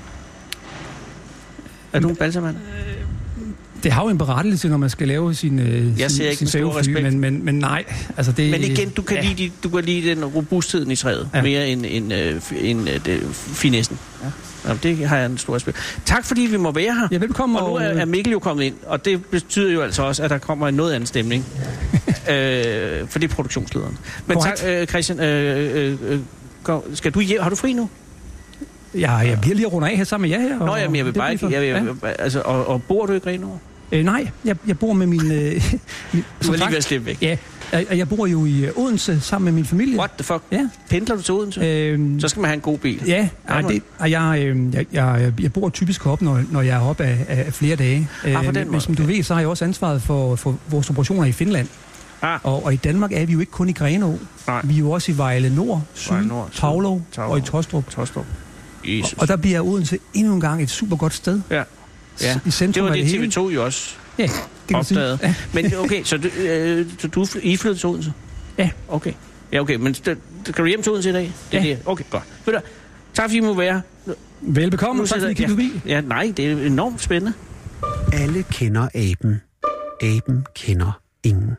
Er du en balsamand? Det har jo en berettelse, når man skal lave sin øh, Jeg ser sin, ikke sin respekt. men, men, men nej. Altså det, men igen, du kan, ja. lide, du kan lide den robustheden i træet, ja. mere end, end, øh, end øh, finessen. Ja. Jamen, det har jeg en stor respekt. Tak fordi vi må være her. Ja, velkommen. Og nu er, er Mikkel jo kommet ind, og det betyder jo altså også, at der kommer en noget anden stemning. øh, for det er produktionslederen. Men tak, øh, Christian. Øh, øh, øh, skal du hjem? Har du fri nu? Ja, jeg bliver lige rundt af her sammen med jer her. Nå, jamen, jeg vil bare ikke... Jeg vil, ja. altså, og, og bor du i Grenaa? Øh, nej, jeg, jeg bor med min... Øh, min du var lige ved at slippe væk. Ja, jeg, jeg bor jo i Odense sammen med min familie. What the fuck? Ja. Pendler du til Odense? Øh, så skal man have en god bil. Ja, ej, det, og jeg, øh, jeg, jeg, jeg bor typisk op, når, når jeg er oppe af, af flere dage. Ah, øh, men, men som du ved, så har jeg også ansvaret for, for vores operationer i Finland. Ah. Og, og i Danmark er vi jo ikke kun i Grenaa. Nej. Vi er jo også i Vejle Nord, Syd, Vejle Nord, Taulov og i Tostrup. Tostrup. Og, og der bliver Odense endnu en gang et super godt sted. Ja. Ja. I centrum det var det, det T V to jo også ja, det opdagede. Ja. Men okay, så du, øh, så du I flyttede til Odense? Ja. Okay. Ja, okay, men kan du hjem til Odense i dag? Det ja. Det. Okay, godt. Ved du, tak fordi I må være. Velbekomme, tak fordi I kiggede forbi. Ja, nej, det er enormt spændende. Alle kender aben. Aben kender ingen.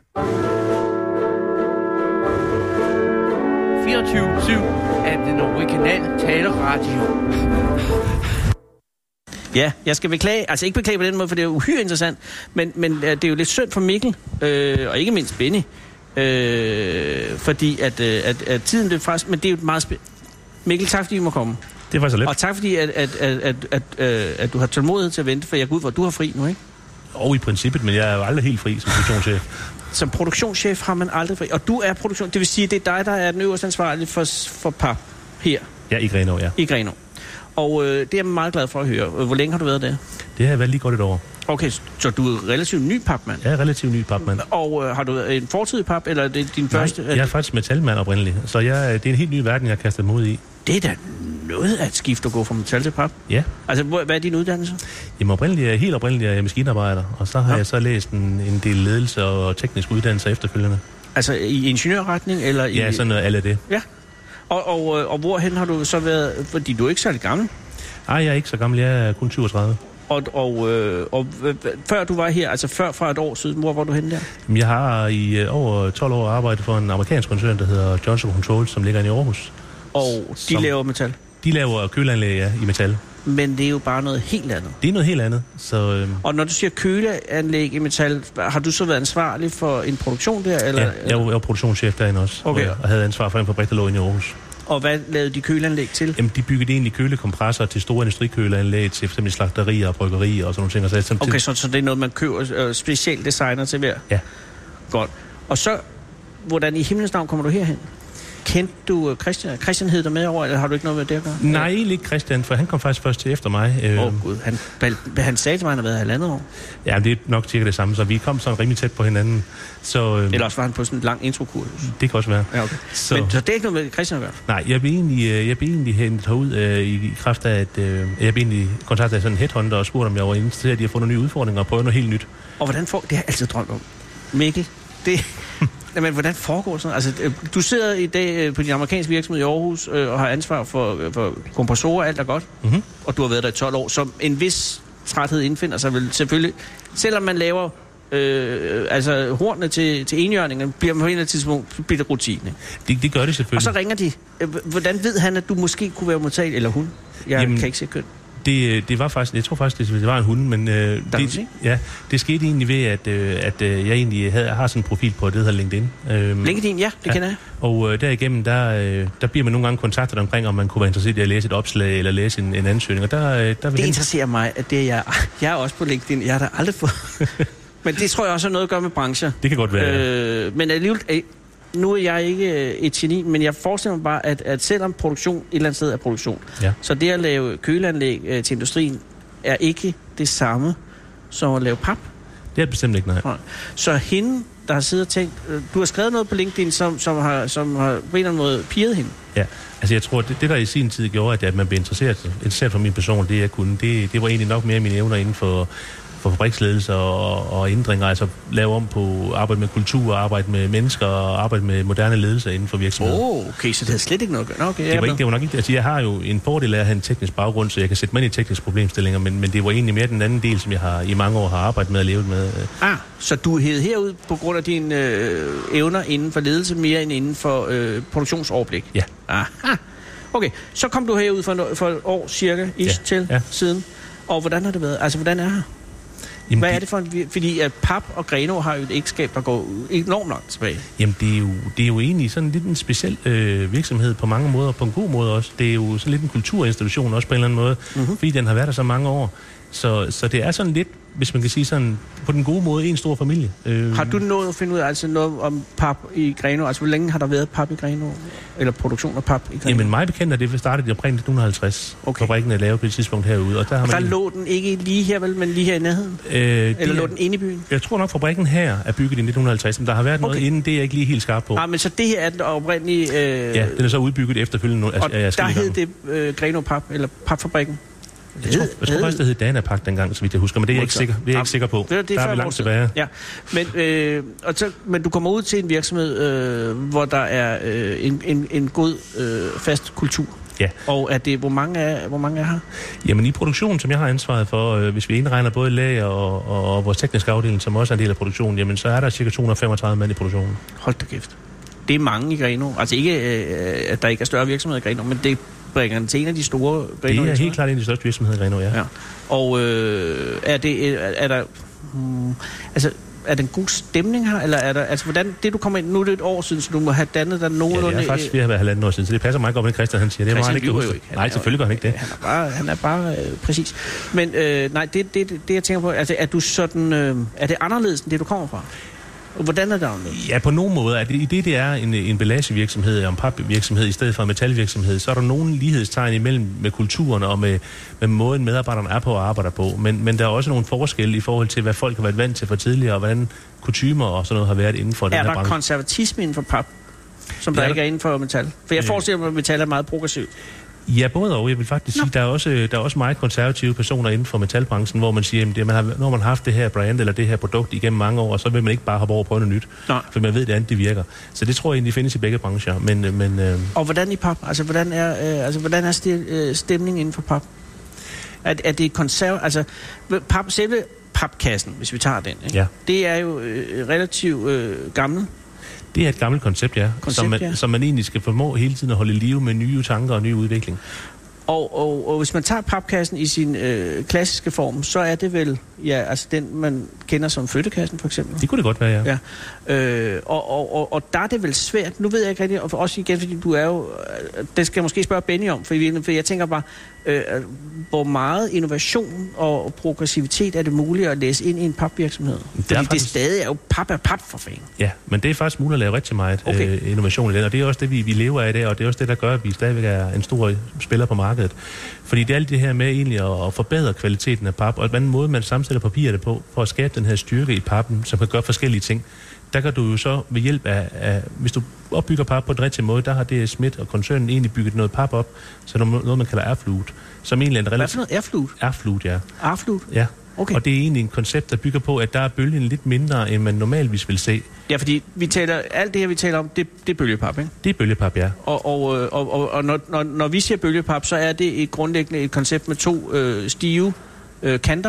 fireogtyve syv af den originale taleradio. Ja, jeg skal beklage, altså ikke beklage på den måde, for det er uhyre interessant, men, men uh, det er jo lidt synd for Mikkel, øh, og ikke mindst Benny, øh, fordi at, øh, at, at tiden det faktisk, men det er jo meget spændende. Mikkel, tak fordi I må komme. Det var så lidt. Og tak fordi, at, at, at, at, at, at, at du har tålmodighed til at vente, for jeg går ud, hvor du har fri nu, ikke? Og i princippet, men jeg er jo aldrig helt fri som produktionschef. Som produktionschef har man aldrig fri, og du er produktion, det vil sige, det er dig, der er den øverste ansvarlige for, for pap her. Ja, i Grenaa, ja. I Grenaa. Og øh, det er jeg meget glad for at høre. Hvor længe har du været der? Det har jeg været lige godt et år. Okay, så du er relativt ny papmand? Jeg er relativt ny papmand. Og øh, har du været en fortidig pap, eller er det din Nej, første? jeg er faktisk metalmand oprindeligt, så jeg, det er en helt ny verden, jeg har kastet mod i. Det er da noget at skifte at gå fra metal til pap. Ja. Altså, hvad er din uddannelse? Jamen oprindeligt er helt oprindeligt er jeg maskinarbejder, og så har ja. jeg så læst en, en del ledelse og teknisk uddannelse efterfølgende. Altså i ingeniørretning, eller i... Ja, sådan noget alt af det. Ja. Og, og, og hvorhen har du så været, fordi du er ikke særlig gammel? Nej, jeg er ikke så gammel, jeg er kun syvogtredive. Og, og, øh, og før du var her, altså før fra et år siden, hvor var du henne der? Jeg har i øh, over tolv år arbejdet for en amerikansk koncern, der hedder Johnson Controls, som ligger i Aarhus. Og de som, laver metal? De laver køleanlæg, ja, i metal. Men det er jo bare noget helt andet. Det er noget helt andet. Så, øh... Og når du siger køleanlæg i metal, har du så været ansvarlig for en produktion der? Eller? Ja, jeg var, jeg var produktionschef derinde også, okay. og havde ansvar for en fabrik, der lå inde i Aarhus. Og hvad lavede de køleanlæg til? Jamen, de byggede egentlig kølekompressorer til store industrikøleanlæg, til f.eks. slagterier og bryggerier og sådan nogle ting. Og så, okay, så, så det er noget, man køber øh, specielt designer til hver? Ja. Godt. Og så, hvordan i himlens navn kommer du herhen? Kendte du Christian? Christian hed dig med over, eller har du ikke noget med det at gøre? Nej, egentlig ikke Christian, for han kom faktisk først til efter mig. Åh oh, gud, han, han sagde til mig, at han har været halvandet år. Ja, det er nok cirka det samme, så vi kom sådan rimelig tæt på hinanden. Så, øh, eller også var han på sådan en lang introkursus. Det kan også være. Ja, okay. Så. Men så det er ikke noget med Christian at gøre? Nej, jeg blev egentlig, jeg blev egentlig hentet herud øh, i kraft af, at øh, jeg blev egentlig kontaktet af sådan en headhunter og spurgte, om jeg var interesseret i at få nogle nye udfordringer og prøve noget helt nyt. Og hvordan får... Det har jeg altid drømt om. Mikkel, det... Men hvordan foregår sådan? Altså, du sidder i dag på din amerikanske virksomhed i Aarhus øh, og har ansvar for, for kompressorer, alt er godt. Mm-hmm. Og du har været der i tolv år, så en vis træthed indfinder sig vel selvfølgelig. Selvom man laver øh, altså hornene til, til enhjørningen, bliver man på en eller anden tidspunkt bliver det rutine. Det, det gør det selvfølgelig. Og så ringer de. Hvordan ved han, at du måske kunne være modtagelig, eller hun? Jeg Jamen, kan ikke se køn. Det, det var faktisk, jeg tror faktisk, det var en hund, men øh, det, ja, det skete egentlig ved, at, øh, at øh, jeg egentlig havde, har sådan en profil på det, der hedder LinkedIn. Øh, LinkedIn, ja, det ja. kender jeg. Og øh, derigennem, der, øh, der bliver man nogle gange kontaktet omkring, om man kunne være interesseret i at læse et opslag eller læse en, en ansøgning. Og der, øh, der det hen... interesserer mig, at det er jeg. Jeg er også på LinkedIn. Jeg har da aldrig fået... men det tror jeg også har noget at gøre med brancher. Det kan godt være, øh, ja. Men alligevel... Øh, nu er jeg ikke et geni, men jeg forestiller mig bare, at, at selvom produktion et eller andet sted er produktion, ja. så det at lave køleanlæg øh, til industrien er ikke det samme som at lave pap. Det er bestemt ikke, nej. nej. Så hende, der har siddet og tænkt... Øh, du har skrevet noget på LinkedIn, som, som, har, som har på en eller anden måde pirret hende. Ja, altså jeg tror, det, det der i sin tid gjorde, at, at man blev interesseret, interesseret for min person, det jeg kunne, det, det var egentlig nok mere mine evner inden for... for fabriksledelse og, og ændringer, altså lave om på arbejde med kultur, arbejde med mennesker og arbejde med moderne ledelse inden for virksomheden. Åh, oh, okay, så det havde slet ikke noget at gøre. Okay, det, var ikke, det var nok ikke, altså jeg har jo en fordel af at have en teknisk baggrund, så jeg kan sætte mig ind i tekniske problemstillinger, men, men det var egentlig mere den anden del, som jeg har i mange år har arbejdet med at leve med. Ah, så du er hævet herud på grund af dine øh, evner inden for ledelse, mere end inden for øh, produktionsoverblik? Ja. Aha. Okay, så kom du herud for, for et år cirka, ish, ja. til ja. siden. Og hvordan har det været? Altså, hvordan er her? Jamen, hvad er det for en... Fordi at Pap og Grenaa har jo et ægteskab, der går enormt langt tilbage. Jamen, det er jo, det er jo egentlig sådan lidt en speciel øh, virksomhed på mange måder, på en god måde også. Det er jo sådan lidt en kulturinstitution også på en eller anden måde, mm-hmm. fordi den har været der så mange år. Så, så det er sådan lidt, hvis man kan sige sådan, på den gode måde, en stor familie. Øh, har du nået at finde ud af altså noget om pap i Grenaa? Altså, hvor længe har der været pap i Grenaa? Eller produktion af pap i Grenaa? Jamen, mig bekendt er det startede omkring nitten halvtreds. Okay. Fabrikken er lavet på et tidspunkt herude. Og der, har og der man... lå den ikke lige her, vel, men lige her i nærheden? Øh, Eller lå er... den inde i byen? Jeg tror nok, fabrikken her er bygget i nitten halvtreds, men der har været noget okay. inden, det er jeg ikke lige helt skarp på. Ah, men så det her er den oprindelige... Øh... Ja, den er så udbygget efterfølgende. Og altså, der hed det øh, Grenaa Pap, eller papfabrikken? Jeg tror, jeg tror faktisk, det hed Danapak dengang, så vidt jeg husker, men det er jeg ikke sikker, det er jeg ikke sikker på. Det, det er der er vi langt tilbage. Ja. Men, øh, og så, men du kommer ud til en virksomhed, øh, hvor der er øh, en, en, en god øh, fast kultur. Ja. Og er det, hvor mange er, hvor mange er her? Jamen i produktionen, som jeg har ansvaret for, øh, hvis vi indregner både lager og, og, og vores tekniske afdeling, som også er en del af produktionen, jamen så er der cirka to hundrede og femogtredive mand i produktionen. Hold da kæft. Det er mange i Grenaa. Altså ikke, øh, at der ikke er større virksomheder i Grenaa, men det bringer den til en af de store Grenaa. Det er helt klart en af de største virksomheder i Grenaa, ja. ja. Og øh, er det, er, er der, hmm, altså, er der en god stemning her, eller er der, altså, hvordan, det du kommer ind, nu er det et år siden, så du må have dannet dig nogenlunde... Ja, det er faktisk ved at være halvanden år siden, så det passer meget godt med det, Christian han siger. Det er Christian meget ikke, jo ikke. Nej, selvfølgelig gør han ikke det. Han er bare, han er bare øh, præcis. Men øh, nej, det, det, det, det jeg tænker på, altså, er du sådan, øh, er det anderledes end det, du kommer fra? Hvordan er det anderledes? Ja, på nogen måde. I det, det er en emballagevirksomhed og en papvirksomhed i stedet for en metalvirksomhed, så er der nogle lighedstegn imellem med kulturen og med, med måden medarbejderne er på og arbejder på. Men, men der er også nogle forskelle i forhold til, hvad folk har været vant til for tidligere, og hvordan kutymer og sådan noget har været inden for den her branche. Er der konservatisme inden for pap, som der ja, ikke er inden for metal? For jeg forestiller mig, at metal er meget progressivt. Ja, både og. Jeg vil faktisk Nå. sige, der er også der er også meget konservative personer inden for metalbranchen, hvor man siger, at man har, når man har haft det her brand eller det her produkt igennem mange år, så vil man ikke bare hoppe over og prøve noget nyt, Nå. for man ved, at det andet det virker. Så det tror jeg egentlig findes i begge brancher. Men, men, øh... Og hvordan i pap? Altså, hvordan er, øh, altså, hvordan er stil, øh, stemningen inden for pap? Er, er det konserv... Altså, pap, selve papkassen, hvis vi tager den, ikke? Ja. Det er jo øh, relativt øh, gammel. Det er et gammelt koncept, ja, koncept, som, man, ja. som man egentlig skal formå hele tiden at holde i live med nye tanker og ny udvikling. Og, og, og hvis man tager papkassen i sin øh, klassiske form, så er det vel ja, altså den, man kender som flyttekassen for eksempel. Det kunne det godt være, ja. ja. Øh, og, og, og, og der er det vel svært, nu ved jeg ikke rigtigt, og for også igen, fordi du er jo, det skal jeg måske spørge Benny om, for, for jeg tænker bare, øh, hvor meget innovation og progressivitet er det muligt at læse ind i en papvirksomhed? Det fordi faktisk... det stadig er jo pap er pap for fanden. Ja, men det er faktisk muligt at lave rigtig meget okay. øh, innovation i den, og det er også det, vi, vi lever af det, og det er også det, der gør, at vi stadigvæk er en stor spiller på markedet. Fordi det er alt det her med egentlig at, at forbedre kvaliteten af pap, og den måde, man sammensætter papirerne på, for at skabe den her styrke i pappen, som kan gøre forskellige ting. Der kan du jo så ved hjælp af, af hvis du opbygger pap på den rigtige måde, der har D S Smith og koncernen egentlig bygget noget pap op, så noget, man kalder airfluid. Som egentlig er en relativt... Hvad for noget? Airfluid? Airfluid, ja. Airfluid? Ja. Okay. Og det er egentlig en koncept, der bygger på, at der er bølgen lidt mindre, end man normalvis vil se. Ja, fordi vi taler, alt det her, vi taler om, det, det er bølgepap, ikke? Det er bølgepap, ja. Og, og, og, og, og når, når, når vi siger bølgepap, så er det et grundlæggende et koncept med to øh, stive øh, kanter,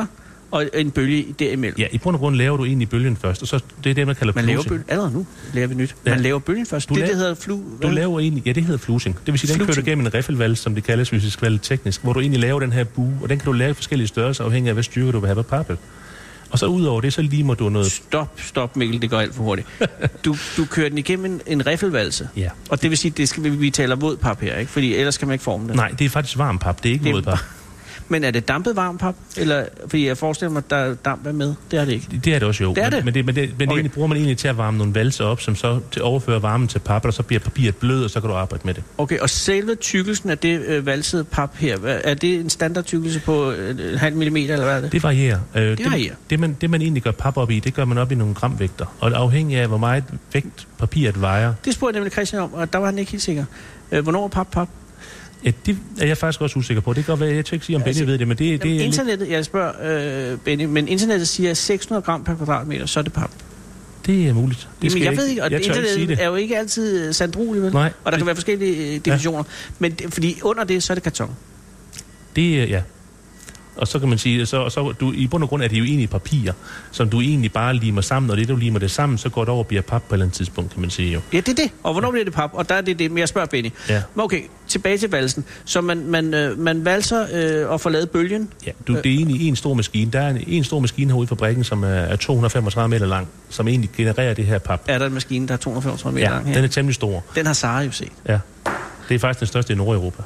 og en bølge derimellem. Ja, i bund og grund laver du egentlig bølgen først, og så det er det, man kalder man flusing. Laver bølgen, allerede nu laver vi nyt. Ja. Man laver bølgen først. Du det, laver, det hedder flu... Du laver egentlig... Ja, det hedder flusing. Det vil sige, den kører du gennem en riffelvals, som det kaldes, hvis vi skal være lidt teknisk, hvor du egentlig laver den her bue, og den kan du lave i forskellige størrelser, afhængig af, hvad styrke du vil have på pappet. Og så udover det, så limer du noget... Stop, stop Mikkel, det går alt for hurtigt. Du, du kører den igennem en, en riffelvalse. Ja. Og det vil sige, det skal vi, vi taler våd pap her, ikke? Fordi ellers kan man ikke forme det. Nej, det er faktisk varm pap, det er ikke det er våd pap. Men er det dampet varm pap? Eller, fordi jeg forestiller mig, at der damp er med. Det er det ikke. Det er det også jo. Det er det. Men, det, men, det, men okay. det bruger man egentlig til at varme nogle valser op, som så til overfører varmen til pap, og så bliver papiret blød, og så kan du arbejde med det. Okay, og selve tykkelsen af det øh, valsede pap her, er det en standardtykkelse på øh, en halv millimeter, eller hvad er det? Det varierer. Øh, det varierer. Det, det, man, det, man egentlig gør pap op i, det gør man op i nogle gramvægter. Og afhængig af, hvor meget vægt papiret vejer. Det spurgte jeg nemlig Christian om, og der var han ikke helt sikker. Øh, hvornår er pap pap? Ja, det er jeg faktisk også usikker på. Det kan godt være, jeg tør ikke sige, om Benny altså, ved det, men det, det er... Internettet, jeg spørger øh, Benny, men internettet siger seks hundrede gram per kvadratmeter, så er det pap. Det er muligt. Det Jamen, jeg, jeg ved ikke, og jeg internettet ikke er jo ikke altid sandroligt, vel? Nej. Og der det, kan være forskellige øh, definitioner. Ja. Men det, fordi under det, så er det karton. Det, ja. Og så kan man sige, så, så du, i bund og grund er det jo egentlig papir, som du egentlig bare limer sammen, og det du limer det sammen, så går det over og bliver pap på et eller andet tidspunkt, kan man sige jo. Ja, det er det. Og hvornår bliver det pap? Og der er det det, men jeg spørger Benny. Ja. Okay, tilbage til valsen. Så man, man, øh, man valser øh, og får lavet bølgen? Ja, du, det er egentlig en stor maskine. Der er en, en stor maskine herude i fabrikken, som er, er to hundrede og femogtredive meter lang, som egentlig genererer det her pap. Er der en maskine, der er to hundrede og femogtredive meter ja, lang her? Den er temmelig stor. Den har Sara jo set. Ja, det er faktisk den største i Nordeuropa.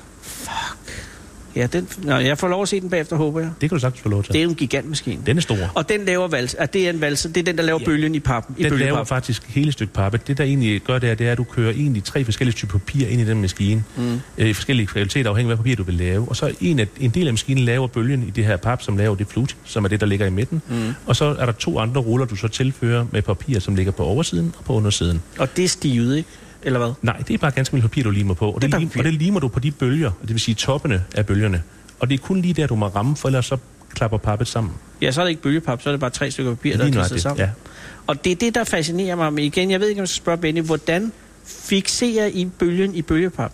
Ja, den, nå, jeg får lov at se den bagefter, håber jeg. Det kan du sagtens få lov til. Det er jo en gigantmaskine. Den er stor. Og den laver valse. Er det en valse? Det er den, der laver ja. bølgen i pappen? I den bølgepap. laver faktisk hele stykke pappe. Det, der egentlig gør det, er, det er, at du kører egentlig tre forskellige typer papir ind i den maskine. Mm. Øh, I forskellige kvaliteter, afhængig af, hvad papir du vil lave. Og så en, af, en del af maskinen laver bølgen i det her pap, som laver det flut, som er det, der ligger i midten. Mm. Og så er der to andre ruller, du så tilfører med papir, som ligger på oversiden og på undersiden. Og det er stivet, ikke? Eller hvad? Nej, det er bare ganske mildt papir, du limer på. Og det, det, lim, og det limer du på de bølger, det vil sige toppene af bølgerne. Og det er kun lige der, du må ramme, for ellers så klapper pappet sammen. Ja, så er det ikke bølgepap, så er det bare tre stykker papir, der er klistret sammen. Ja. Og det er det, der fascinerer mig. Men igen, jeg ved ikke, om jeg skal spørge Benny, hvordan fixerer I bølgen i bølgepap?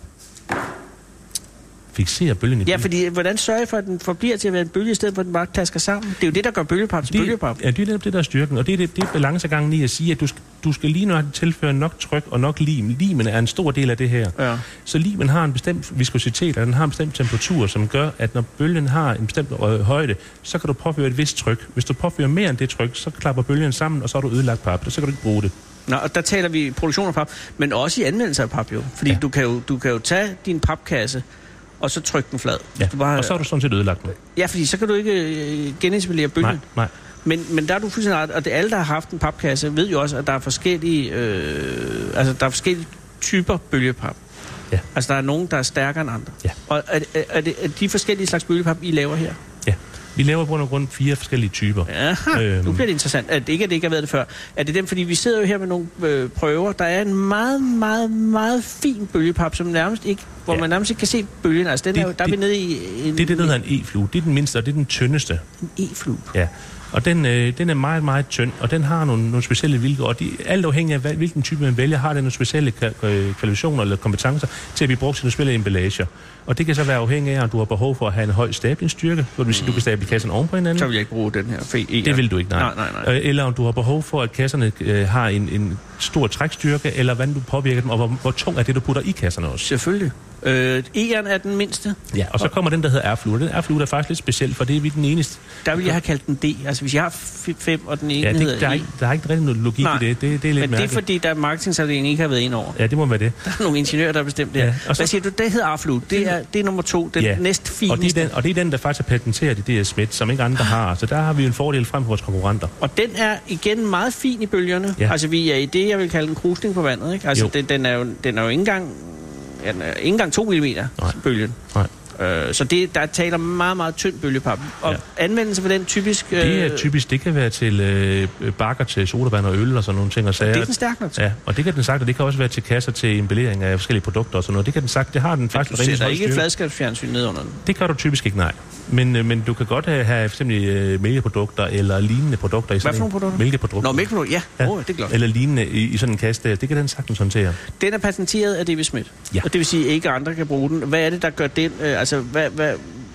Fixerer bølgen i bølgen? Ja, fordi hvordan sørger I for, at den forbliver til at være en bølge, i stedet for at den bare klasker sammen? Det er jo det, der gør bølgepap til det, bølgepap. Ja, det er det, der er styrken. Og det er det, det er balancegangen i at sige, at du skal, du skal lige nok tilføre nok tryk og nok lim. Limen er en stor del af det her. Ja. Så limen har en bestemt viskositet, og den har en bestemt temperatur, som gør, at når bølgen har en bestemt øh, højde, så kan du påføre et vist tryk. Hvis du påfører mere end det tryk, så klapper bølgen sammen, og så har du ødelagt pap, og så kan du ikke bruge det. Nå, og der taler vi produktion af pap, men også i anvendelse af pap jo. Fordi ja. du, kan jo, du kan jo tage din papkasse, og så trykke den flad. Ja, du bare, og så har du sådan set ødelagt den. Ja, fordi så kan du ikke øh, genindspillere bølgen. Nej, nej. Men, men der er du fuldstændig ret, og det alle, der har haft en papkasse, ved jo også, at der er forskellige, øh, altså der er forskellige typer bølgepap. Ja. Altså der er nogen, der er stærkere end andre. Ja. Og er, er, er det er de forskellige slags bølgepap, I laver her? Ja. Vi laver på grund af grund fire forskellige typer. Aha, øhm. nu bliver det interessant. At det ikke, at det ikke har været det før. Er det dem, fordi vi sidder jo her med nogle øh, prøver, der er en meget, meget, meget fin bølgepap, som nærmest ikke, hvor ja. man nærmest ikke kan se bølgen. Altså, den det, er jo, der det, er vi nede i... En, det er det, der hedder en e-flue. Det er den mindste, og det er den tyndeste. En e-flue? Ja. Og den, øh, den er meget, meget tynd, og den har nogle, nogle specielle vilkår. Og de, alt afhængig af, hvad, hvilken type man vælger, har den nogle specielle kvalifikationer eller kompetencer til at blive brugt til nogle specielle emballager. Og det kan så være afhængig af, om du har behov for at have en høj stablingsstyrke, hvor du vil sige, du kan stable kassen oven på hinanden. Så vil jeg ikke bruge den her F E. Det vil du ikke, nej. nej, nej, nej. Eller om du har behov for, at kasserne øh, har en, en stor trækstyrke, eller hvordan du påvirker dem, og hvor, hvor tung er det, du putter i kasserne også. Selvfølgelig. Øh, E'eren er den mindste. Ja, og så kommer den, der hedder R-flue. Den R-flue er faktisk lidt speciel, for det er vi den eneste. Der vil jeg have kaldt den D. Altså hvis jeg har fem, og den ene ja, det, hedder der er, ikke, der er ikke rigtig noget logik nej. i det. det. Det er lidt men det er mærkeligt. fordi, der er marketingafdelingen ikke har været ind over. Ja, det må være det. Der er nogle ingeniører, der har bestemt det her. Ja, og så, hvad siger du? Det hedder R-flue. Det er, det er nummer to. Den ja. næst fineste. Og det, er den, og det er den, der faktisk er patenteret i D S Smith, som ikke andre har. Så der har vi en fordel frem for vores konkurrenter. Og den er igen meget fin i bølgerne. Ja. Altså vi er i det, jeg vil kalde en krusning på vandet. Ikke? Altså den, den, er jo, den er jo ikke engang... Ja, den er ikke engang to millimeter, Nej. bølgen. Nej. Øh, så det, der taler meget, meget tynd bølgepap. Og ja. anvendelse for den typisk... Øh... Det er typisk, det kan være til øh, bakker til sodavand og øl og sådan nogle ting. Og sager. Det er den stærk nok til. Ja, og det kan den sagt, og det kan også være til kasser til emballering af forskellige produkter og sådan noget. Det kan den sagt, det har den faktisk... Men du sætter ikke et fladskabsfjernsyn ned under den? Det gør du typisk ikke, nej. Men, øh, men du kan godt have, have for eksempel øh, mælkeprodukter eller lignende produkter. I Hvad for nogle produkter? Mælkeprodukter. Nå, mælkeprodukter, ja. ja. Oh, det er klart. Eller lignende i, i sådan en kasse der. Det kan den sagtens håndtere. Den er patenteret af D B Smith. Ja. Og det vil sige, at ikke andre kan bruge den. Hvad er det, der gør den... Øh, altså, hvad, hvad,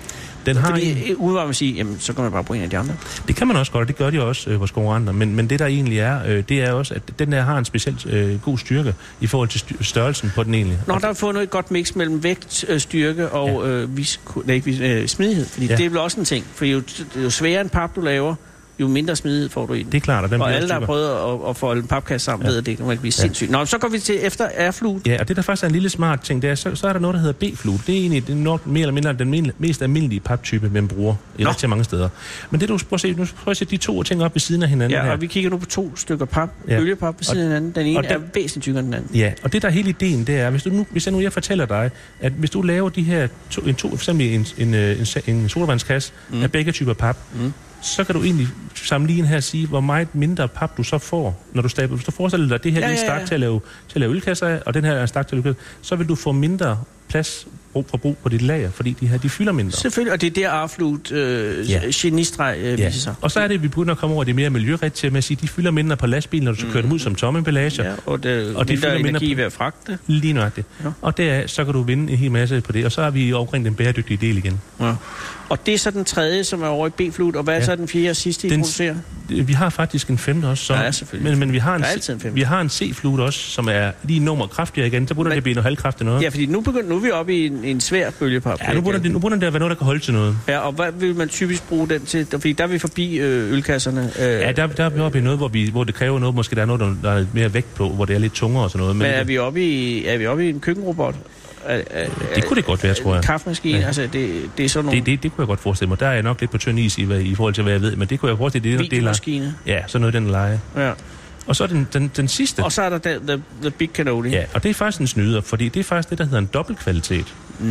Den har Fordi en... ude var man sige, jamen, så kan man bare bruge en af de andre. Det kan man også godt, og det gør de også, øh, vores konkurrenter. Men, men det der egentlig er, øh, det er også, at den der har en specielt øh, god styrke i forhold til styr- størrelsen på den egentlig. Nå, der er fundet et godt mix mellem vægt, øh, styrke og ja. øh, vis, nej, ikke, øh, smidighed. Fordi ja. det er vel også en ting. For jo, jo sværere en pap, du laver, jo mindre smidighed får du i den. Det er klart, og den og bliver alle, der typer. har prøvet at, at folde en papkasse sammen, ja. ved, at det kan blive sindssygt. Nå, så går vi til efter airflute. Ja, og det der faktisk er en lille smart ting, det er, så, så er der noget, der hedder B-flute. Det er egentlig det er nok mere eller mindre den mest almindelige paptype, man bruger i Nå. rigtig mange steder. Men det du prøver at se, nu prøver at se de to ting op ved siden af hinanden ja, her. og vi kigger nu på to stykker pap, ja. bølgepap ved siden af hinanden. Den ene den, er væsentligt tykkere end den anden. Ja, og det der er hele ideen, det er, hvis, du nu, hvis jeg nu jeg fortæller dig, at hvis du laver de her to, en to, for eksempel en, en, en, en sodavandskasse mm. af begge typer pap, mm. så kan du egentlig sammenligne her og sige, hvor meget mindre pap du så får, når du stabler. Hvis du forestiller dig, at det her ja, ja, ja. er en stak til at lave, til at lave ølkasser af, og den her er en stak til at lave ølkasser, så vil du få mindre plads for brug på dit lager, fordi de her, de fylder mindre. Selvfølgelig, og det er der Airflute øh, ja. genistreg øh, ja. viser sig. Og så er det, at vi begynder at komme over det mere miljørigtige med at sige, at de fylder mindre på lastbilen, når du skal mm. køre dem ud som tomme emballage. Ja, og det og de fylder energi ved at fragte. Lige nøjagtigt. Ja. Og der, så kan du vinde en hel masse på det, og så er vi omkring den bæredygtige del igen. Ja. Og det er så den tredje, som er over i B-flute, og hvad er ja. så den fjerde og sidste, I den, producerer? Vi har faktisk en femte også. Som, ja, selvfølgelig. Men, men vi har en, en vi har en C-flute også, som er lige nummer kraftigere igen. Så begynder det at blive noget halvkraftigt noget. Ja, fordi nu, begynder, nu er vi oppe i en, en svær bølgepap. Ja, nu begynder, det, nu begynder det at være noget, der kan holde til noget. Ja, og hvad vil man typisk bruge den til? Fordi der er vi forbi øh, ølkasserne. Øh. Ja, der, der er vi oppe i noget, hvor, vi, hvor det kræver noget, måske der er noget, der, der er lidt mere vægt på, hvor det er lidt tungere og sådan noget. Men, men er, det, vi oppe i, er vi oppe i en køkkenrobot? Er, er, det kunne det godt være, tror jeg. En kaffemaskine, ja. altså det, det er sådan nogle... Det, det, det kunne jeg godt forestille mig. Der er jeg nok lidt på tynd is i, i forhold til, hvad jeg ved, men det kunne jeg forestille mig. Videomaskine. Ja, sådan noget den leje. Ja. Og så den, den, den sidste. Og så er der the, the, the Big Cannoli. Ja, og det er faktisk en snyder, fordi det er faktisk det, der hedder en dobbeltkvalitet. Mm,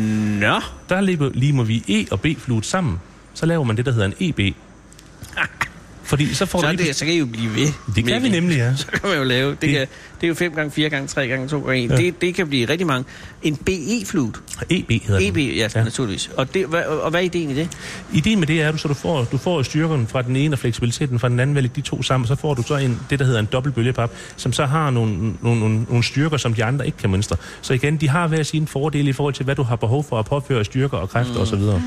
Nå. Der limer vi E og B-flute sammen. Så laver man det, der hedder en E B. Fordi så får så, du lige... det, så kan I jo blive ved. Det kan vi nemlig, ja. Så kan man jo lave. Det, det, kan, det er jo fem gange, fire gange, tre gange, to gange en. Ja. Det, det kan blive rigtig mange. En B E-flute. E B hedder E B, ja, ja, naturligvis. Og, det, hvad, og hvad er ideen i det? Ideen med det er, at du, får, du får styrken fra den ene og fleksibiliteten fra den anden, vel de to sammen, så får du så en, det, der hedder en dobbeltbølgepap, som så har nogle, nogle, nogle, nogle styrker, som de andre ikke kan mønstre. Så igen, de har hver sine fordele i forhold til, hvad du har behov for at påføre styrker og kræfter mm. osv. Mm.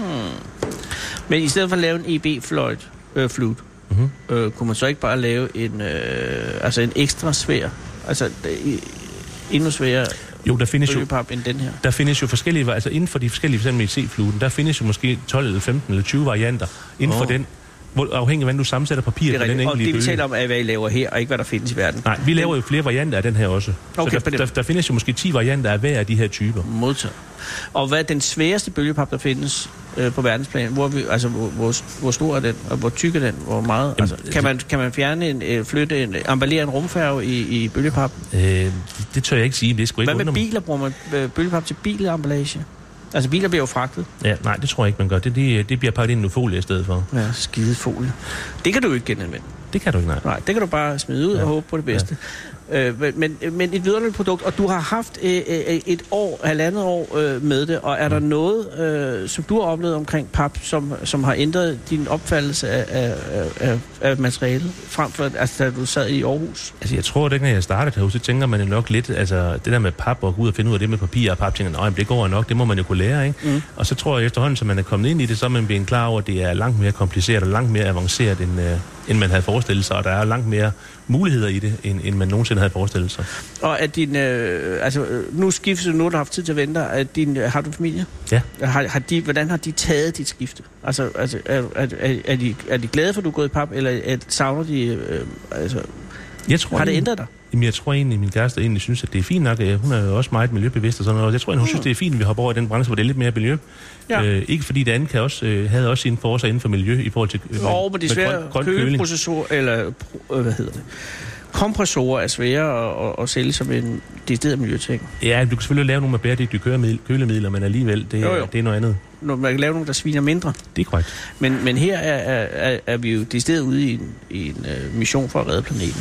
Men i stedet for at lave en E B-flute, øh, flute, Mm-hmm. Øh, kunne man så ikke bare lave en, øh, altså en ekstra svær, altså øh, endnu sværere jo, der findes jo, end den her? Der findes jo forskellige, altså inden for de forskellige, for eksempel i C-fluten, der findes jo måske tolv eller femten eller tyve varianter inden oh. for den, hvor, afhængig af hvordan du sammensætter papir på den enkelige bølge. Og det vi taler om er, hvad I laver her, og ikke hvad der findes i verden. Nej, vi laver jo flere varianter af den her også. Okay, så der, der, der findes jo måske ti varianter af hver af de her typer. Modtaget. Og hvad er den sværeste bølgepap, der findes øh, på verdensplan? Hvor, vi, altså, hvor, hvor, hvor stor er den, og hvor tyk er den? Hvor meget? Jamen, altså, kan, man, kan man fjerne en, øh, flytte en, emballere en rumfærge i, i bølgepap? Øh, det tør jeg ikke sige, det skulle ikke. Hvad med biler? Bruger man øh, bølgepap til bilemballage? Altså, biler bliver jo fragtet. Ja, nej, det tror jeg ikke, man gør. Det, det, det bliver pakket ind i folie i stedet for. Ja, skide folie. Det kan du jo ikke genanvende. Det kan du ikke, nej. Nej, det kan du bare smide ud ja. og håbe på det bedste. Ja. Øh, men, men et vidunderligt produkt, og du har haft øh, et år, halvandet år øh, med det, og er der noget, øh, som du har oplevet omkring pap, som, som har ændret din opfattelse af, af, af, af materialet, frem for, altså, da du sad i Aarhus? Altså, jeg tror, at når jeg startede herude, så tænker man jo nok lidt, altså, det der med pap og gå ud og finde ud af det med papir og pap, tænker, nej, det går nok, det må man jo kunne lære, ikke? Mm. Og så tror jeg efterhånden, som man er kommet ind i det, så er man blevet klar over, at det er langt mere kompliceret og langt mere avanceret, end, øh, end man havde forestillet sig, og der er langt mere muligheder i det, end, end man nogensinde havde forestillet sig. Og at din, øh, altså nu skifter du, nu har du haft tid til at vente, at din, har du familie? Ja. Har, har de, hvordan har de taget dit skifte? Altså, altså er, er, er, de, er de glade for, at du er gået i pap, eller er, savner de, øh, altså, jeg tror, har det ændret dig? Jamen, jeg tror egentlig, at min kæreste egentlig synes, at det er fint nok. Hun er jo også meget miljøbevidst og sådan noget. Jeg tror, at hun mm. synes, det er fint, at vi hopper over i den branche, hvor det er lidt mere miljø. Ja. Øh, ikke fordi det andet kan også, øh, havde også sine for sig inden for miljø i forhold til øh, oh, men de svære køleprocessorer, eller øh, hvad hedder det? Kompressorer er svære at, at, at sælge som en decideret miljøting. Ja, du kan selvfølgelig lave nogle med bæredygtige kølemidler, men alligevel, det, jo, jo. det er noget andet. Man kan lave nogle, der sviner mindre. Det er korrekt. Men, men her er, er, er vi jo decideret ude i en, i en uh, mission for at redde planeten.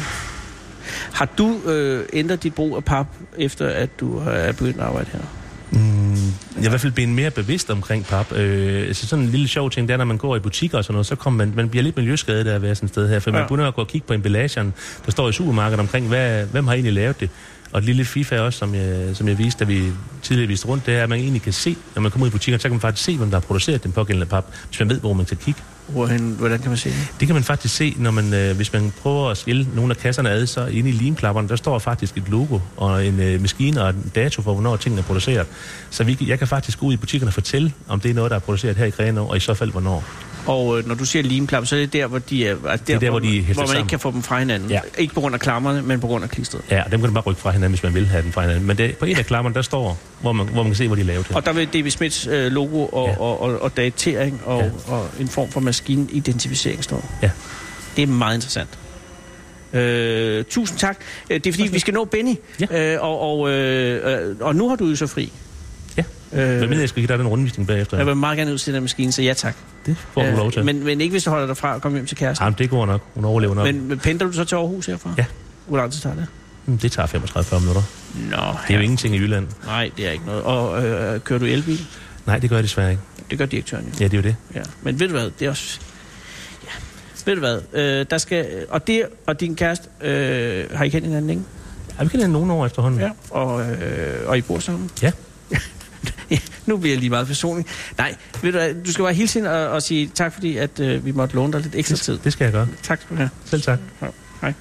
Har du øh, ændret dit brug af pap, efter at du er begyndt at arbejde her? Mm, jeg i hvert fald blevet mere bevidst omkring pap. Øh, altså sådan en lille sjov ting, der når man går i butikker og sådan noget, så kommer man, man bliver lidt miljøskadet af at være sådan et sted her, for ja. man begynder at gå og kigge på emballagen, der står i supermarkedet omkring, hvad, hvem har egentlig lavet det? Og et lille FIFA også, som jeg, som jeg viste, da vi tidligere viste rundt, det er, at man egentlig kan se, når man kommer ud i butikken, så kan man faktisk se, hvem der har produceret den pågældende pap, hvis man ved, hvor man skal kigge. Hvordan kan man se det? Det kan man faktisk se, når man, øh, hvis man prøver at skille nogle af kasserne ad, så inde i limklapperne, der står faktisk et logo og en øh, maskine og en dato for, hvornår tingene er produceret. Så vi, jeg kan faktisk gå ud i butikkerne og fortælle, om det er noget, der er produceret her i Grenaa, og i så fald, hvornår. Og øh, når du siger limklapper, så er det der, hvor de er, altså der, det er der, hvor, de hvor man sammen. Ikke kan få dem fra hinanden. Ja. Ikke på grund af klammerne, men på grund af klistret. Ja, dem kan du bare rykke fra hinanden, hvis man vil have den fra hinanden. Men det, på en af klammerne, der står, hvor man, hvor man kan se, hvor de er lavet her. Og der vil D B Smiths øh, logo og, ja. og, og, og datering og, ja. og en form for maskinidentificering står. Ja. Det er meget interessant. Øh, tusind tak. Det er fordi, vi skal nå Benny. Ja. Øh, og, og, øh, og nu har du jo så fri. Ja. Øh, Hvad mener jeg, skal give dig den rundvisning bagefter? Jeg vil meget gerne ud til den maskine, så ja tak. Det får du øh, lov til. Men, men ikke hvis du holder dig fra at komme hjem til kæresten. Jamen, det går nok. Hun overlever nok. Men, men pendler du så til Aarhus herfra? Ja. Hvor lang tid tager det? Det tager femogtredive til fyrre minutter. Nå, det er jo ingenting i Jylland. Nej, det er ikke noget. Og øh, kører du elbil? Nej, det gør jeg desværre ikke. Det gør direktøren jo. Ja, det er jo det. Ja. Men ved du hvad, det er også... Ja. Ved du hvad, øh, der skal... Og det og din kæreste, øh, har I kendt hinanden, ikke? Ja, vi kender nogle år efterhånden. Ja, og, øh, og I bor sammen? Ja. Ja, nu bliver jeg lige meget personlig. Nej, ved du hvad, du skal bare hilse ind og, og sige tak, fordi at, øh, vi måtte låne dig lidt ekstra tid. Det skal jeg gøre. Tak skal du have. Selv tak. Ja, hej.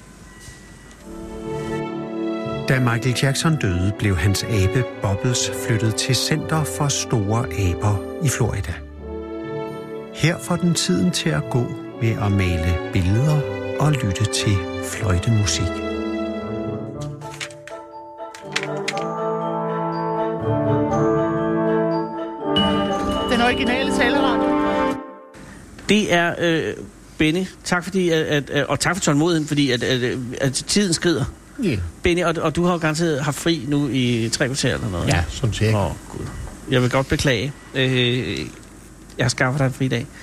Da Michael Jackson døde, blev hans abe Bubbles flyttet til Center for Store Aber i Florida. Her får den tiden til at gå med at male billeder og lytte til fløjtemusik. Den originale taleradio. Det er øh, Benny. Tak fordi, at, at, og tak for tålmodigheden, fordi at, at, at tiden skrider. Yeah. Benny, og, og du har jo garanteret haft fri nu i tre kvarter eller noget. Ja, sådan set. Åh, Gud. Jeg vil godt beklage. Øh, jeg har skaffet dig en fri dag.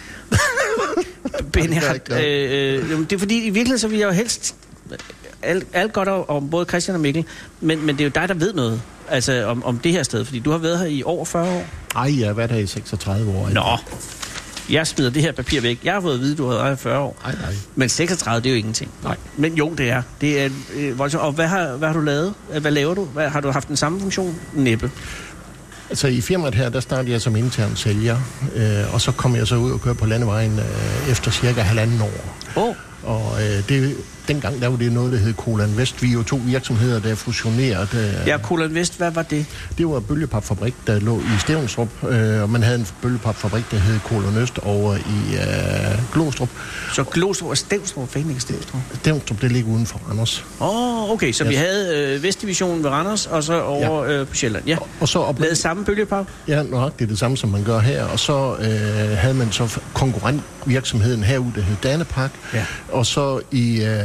Benny, har, øh, øh, det er fordi, i virkeligheden så vil jeg jo helst alt, alt godt om, om både Christian og Mikkel, men, men det er jo dig, der ved noget altså om, om det her sted, fordi du har været her i over fyrre år. Ej, jeg har været her i seksogtredive år. Nå, jeg smider det her papir væk. Jeg har fået at vide, at du har været her i fyrre år. Ej, nej. Men seksogtredive, det er jo ingenting. Nej. Men jo, det er. Det er øh, voldsomt. Og hvad har, hvad har du lavet? Hvad laver du? Hvad, har du haft den samme funktion? Næppe. Altså i firmaet her, der startede jeg som intern sælger, øh, og så kom jeg så ud og køre på landevejen øh, efter cirka halvanden år. Åh. Oh. Og øh, det, dengang der var det noget, der hed Colan Vest. Vi er jo to virksomheder, der er fusioneret. Øh, ja, Colan Vest, hvad var det? Det var bølgepapfabrik, der lå i Stevnstrup, øh, og man havde en bølgepapfabrik, der hed Colan Øst over i øh, Glostrup. Så Glostrup og Stevnstrup, fanden ikke Stevnstrup? Stevnstrup, det ligger uden for Randers. Åh, oh, okay, så ja. Vi havde øh, Vestdivisionen ved Randers, og så over ja. øh, på Sjælland. Ja. Og, og så op- lavede samme bølgepap? Ja, nok det er det samme, som man gør her. Og så øh, havde man så konkurrentvirksomheden herude, der hed Danepak. Ja. Og så i... Øh,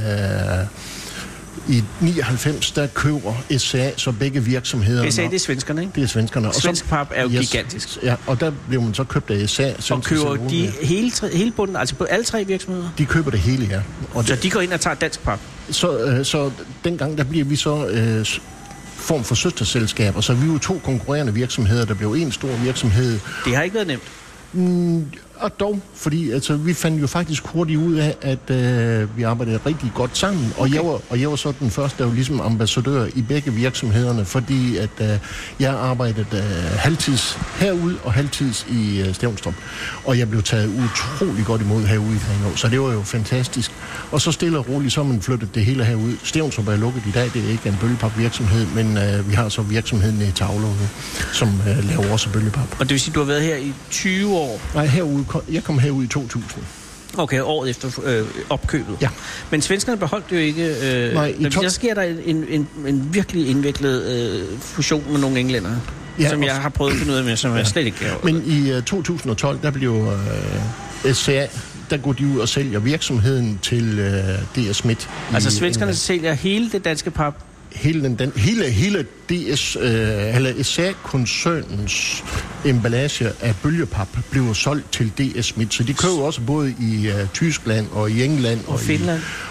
I nioghalvfems, der køber S A, så begge virksomheder... S A, det er svenskerne, ikke? Det er svenskerne. Svensk pap er jo yes, gigantisk. Ja, og der blev man så købt af S A. Og køber de hele, hele bunden, altså på alle tre virksomheder? De køber det hele, ja. Og så det, de går ind og tager dansk pap? Så, øh, så dengang, der bliver vi så... Øh, form for søsterselskaber, så vi er jo to konkurrerende virksomheder, der blev en stor virksomhed. Det har ikke været nemt? Mm, og dog, fordi altså, vi fandt jo faktisk hurtigt ud af, at øh, vi arbejdede rigtig godt sammen, og, okay. jeg var, og jeg var så den første, der var ligesom ambassadør i begge virksomhederne, fordi at øh, jeg arbejdede øh, halvtids herude og halvtids i øh, Stevnstrup, og jeg blev taget utrolig godt imod herude i Grenaa, så det var jo fantastisk. Og så stille og roligt, så har man flyttet det hele herud. Stevnstrup er lukket i dag, det er ikke en bølgepap virksomhed, men øh, vi har så virksomheden i Tavlo nu, som øh, laver også bølgepap. Og det vil sige, at du har været her i tyve år? Nej, herude, jeg kom herud i to tusind. Okay, året efter øh, opkøbet. Ja. Men svenskerne beholdt jo ikke... Øh, Nej, i to... Så sker der en, en, en virkelig indviklet øh, fusion med nogle englænder, ja, som jeg har prøvet at finde ud af med, som ja. jeg slet ikke kan. Men i uh, to tusind og tolv, der blev uh, S A, der går de ud og sælger virksomheden til uh, D S Smith. Altså svenskerne England. Sælger hele det danske pap? Hele, den, den, hele, hele D S, øh, eller S A-koncernens emballage af bølgepap bliver solgt til D S Smith. Så de køber også både i uh, Tyskland og i England og, og Finland. I,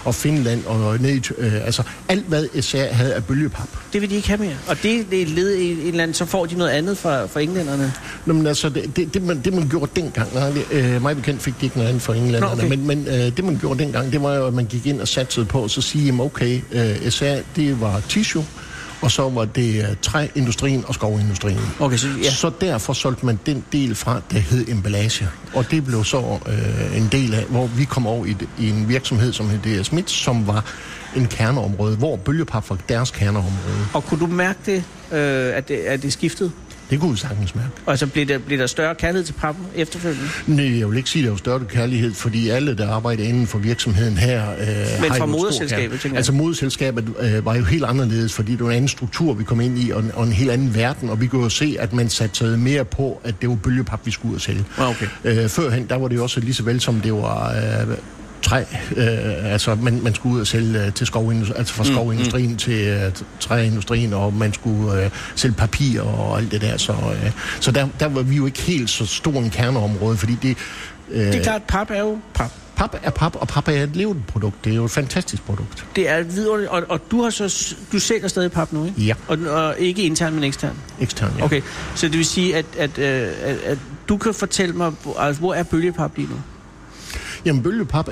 og Finland og ned i, øh, altså alt hvad S A havde af bølgepap. Det vil de ikke have mere. Og det, det er et led i en eller anden, så får de noget andet fra, fra englænderne. Nå, men altså, det, det, det, man, det man gjorde dengang, nej, øh, mig bekendt fik de ikke noget andet fra englænderne, Nå, okay. men, men øh, det man gjorde dengang, det var jo, at man gik ind og satsede på, og så sige, jamen okay, øh, S A, det var tissue, og så var det uh, træindustrien og skovindustrien. Okay, så, ja. så derfor solgte man den del fra, der hed emballage. Og det blev så uh, en del af, hvor vi kom over i, i en virksomhed, som hed D S Smith, som var en kerneområde, hvor bølgepap var deres kerneområde. Og kunne du mærke det, øh, at det, at det skiftede? Det kunne vi sagtens mærke. Og så blev der, blev der større kærlighed til pappen efterfølgende? Nej, jeg vil ikke sige, at der var større kærlighed, fordi alle, der arbejder inden for virksomheden her... Øh, Men fra moderselskabet, tænker jeg? Altså moderselskabet øh, var jo helt anderledes, fordi det var en anden struktur, vi kom ind i, og, og en helt anden verden, og vi kunne jo se, at man satte mere på, at det var bølgepap, vi skulle ud og sælge. Okay. Øh, førhen, der var det jo også lige så vel, som det var... Øh, træ, øh, altså man, man skulle ud og sælge til skovindustrien, altså fra skovindustrien mm, mm. til uh, træindustrien, og man skulle uh, sælge papir og alt det der, så, uh, så der, der var vi jo ikke helt så stor en kerneområde, fordi det... Uh, det er klart, pap er jo pap. Pap er pap, og pap er et levende produkt. Det er jo et fantastisk produkt. Det er vidunderligt, og, og du har så du sælger stadig pap nu, ikke? Ja. Og, og ikke intern, men ekstern? Ekstern, ja. Okay, så det vil sige, at, at, at, at, at du kan fortælle mig, altså, hvor er bølgepap lige nu? Jamen, bølgepap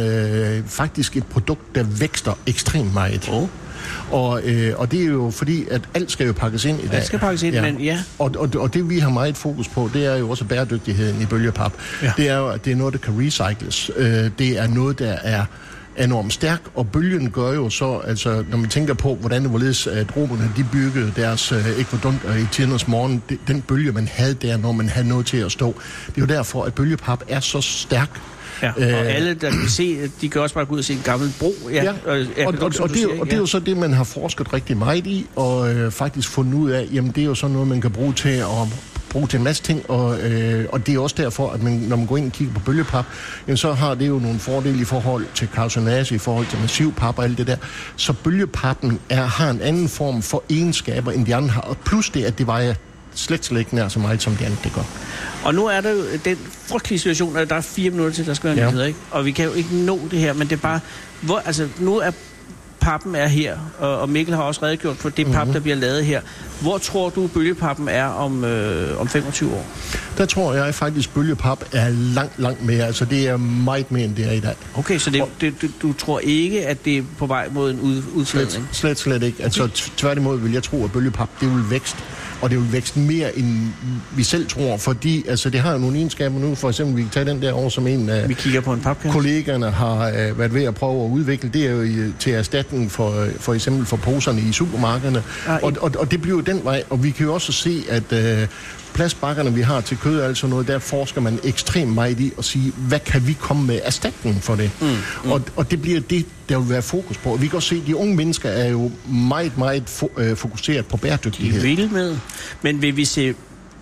er faktisk et produkt, der vækster ekstremt meget. Oh. Og, øh, og det er jo fordi, at alt skal jo pakkes ind i dag. Alt skal pakkes ind, ja. men ja. Og, og, og det, vi har meget fokus på, det er jo også bæredygtigheden i bølgepap. Ja. Det er jo, at det er noget, der kan recycles. Øh, det er noget, der er enormt stærk, og bølgen gør jo så, altså når man tænker på, hvordan det hvorledes at romerne, de byggede deres øh, ekvadunker i tidernes morgen, det, den bølge, man havde der, når man havde noget til at stå. Det er jo derfor, at bølgepap er så stærk. Ja, og øh, alle, der kan se, de kan også bare gå ud og se en gammel bro. Ja, ja. Og, ja, og, og, og, det, siger, og det er jo så det, man har forsket rigtig meget i, og øh, faktisk fundet ud af, jamen det er jo sådan noget, man kan bruge til at bruge til en masse ting, og, øh, og det er også derfor, at man, når man går ind og kigger på bølgepap, jamen, så har det jo nogle fordele i forhold til cartonage, i forhold til massiv pap og alt det der. Så bølgepappen er, har en anden form for egenskaber, end de andre har, og plus det, at det vejer slet slet ikke nær så meget, som de andre det gør. Og nu er der jo den frygtelige situation, at der er fire minutter til, der skal være en nyhed, ikke? Og vi kan jo ikke nå det her, men det er bare... Hvor, altså, nu er pappen er her, og, og Mikkel har også redegjort for det pap, mm-hmm. der bliver lavet her. Hvor tror du, bølgepappen er om, øh, om femogtyve år? Der tror jeg faktisk, bølgepap er langt, langt mere. Altså, det er meget mere, end det er i dag. Okay, så det, og, det, du, du tror ikke, at det er på vej mod en ud, udfladning? Slet, slet, slet ikke. Altså, tværtimod vil jeg tro, at bølgepap, det vil vækste. Og det vil vækste mere, end vi selv tror, fordi altså, det har jo nogle egenskaber nu. For eksempel, vi kan tage den der over, som en af vi kigger på en kollegerne har uh, været ved at prøve at udvikle. Det er jo i, til erstatning for, for eksempel for poserne i supermarkederne. Ah, og, og, og det bliver jo den vej. Og vi kan jo også se, at uh, plastbakkerne, vi har til kød og alt sådan noget, der forsker man ekstremt meget i at sige, hvad kan vi komme med erstatning for det? Mm, mm. Og, og det bliver det, der vil være fokus på. Og vi kan også se, at de unge mennesker er jo meget, meget fo- øh, fokuseret på bæredygtighed. De vil med. Men vil vi se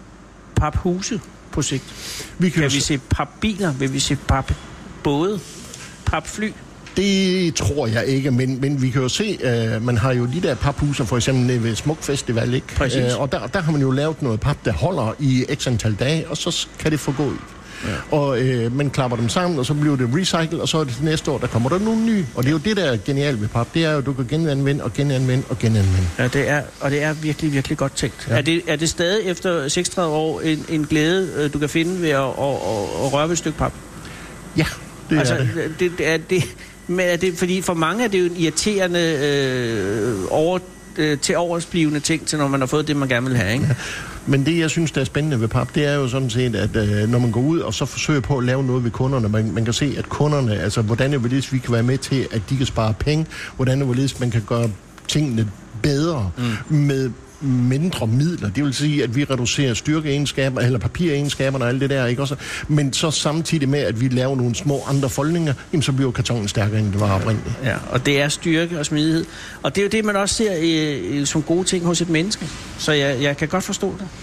paphuse på sigt? Vi kan, kan vi se papbiler? Vil vi se papbåde? Papfly? Det tror jeg ikke, men, men vi kan jo se, uh, man har jo de der paphuser, for eksempel ved Smuk Festival, ikke? Uh, og der, der har man jo lavet noget pap, der holder i x antal dage, og så kan det forgå i. Ja. Og øh, man klapper dem sammen, og så bliver det recyclet, og så er det næste år, der kommer der nogle nye. Og det er jo det, der er genialt ved pap. Det er jo, at du kan genanvende og genanvende og genanvende. Ja, det er, og det er virkelig, virkelig godt tænkt. Ja. Er, det, er det stadig efter seksogtredive år en, en glæde, du kan finde ved at, at, at, at røre ved et stykke pap? Ja, det altså, er det. det, det, er det men er det, fordi for mange er det jo en irriterende øh, over, øh, til oversblivende ting, til når man har fået det, man gerne vil have, ikke? Ja. Men det, jeg synes, der er spændende ved pap, det er jo sådan set, at øh, når man går ud og så forsøger på at lave noget ved kunderne, man, man kan se, at kunderne, altså hvordan det vil vi kan være med til, at de kan spare penge, hvordan det vil man kan gøre tingene bedre mm. med mindre midler. Det vil sige, at vi reducerer styrkeegenskaber, eller papiregenskaberne og alt det der, ikke også? Men så samtidig med, at vi laver nogle små andre foldninger, jamen, så bliver kartongen stærkere, end det var oprindeligt. Ja, og det er styrke og smidighed. Og det er jo det, man også ser i, som gode ting hos et menneske. Så jeg, jeg kan godt forstå det.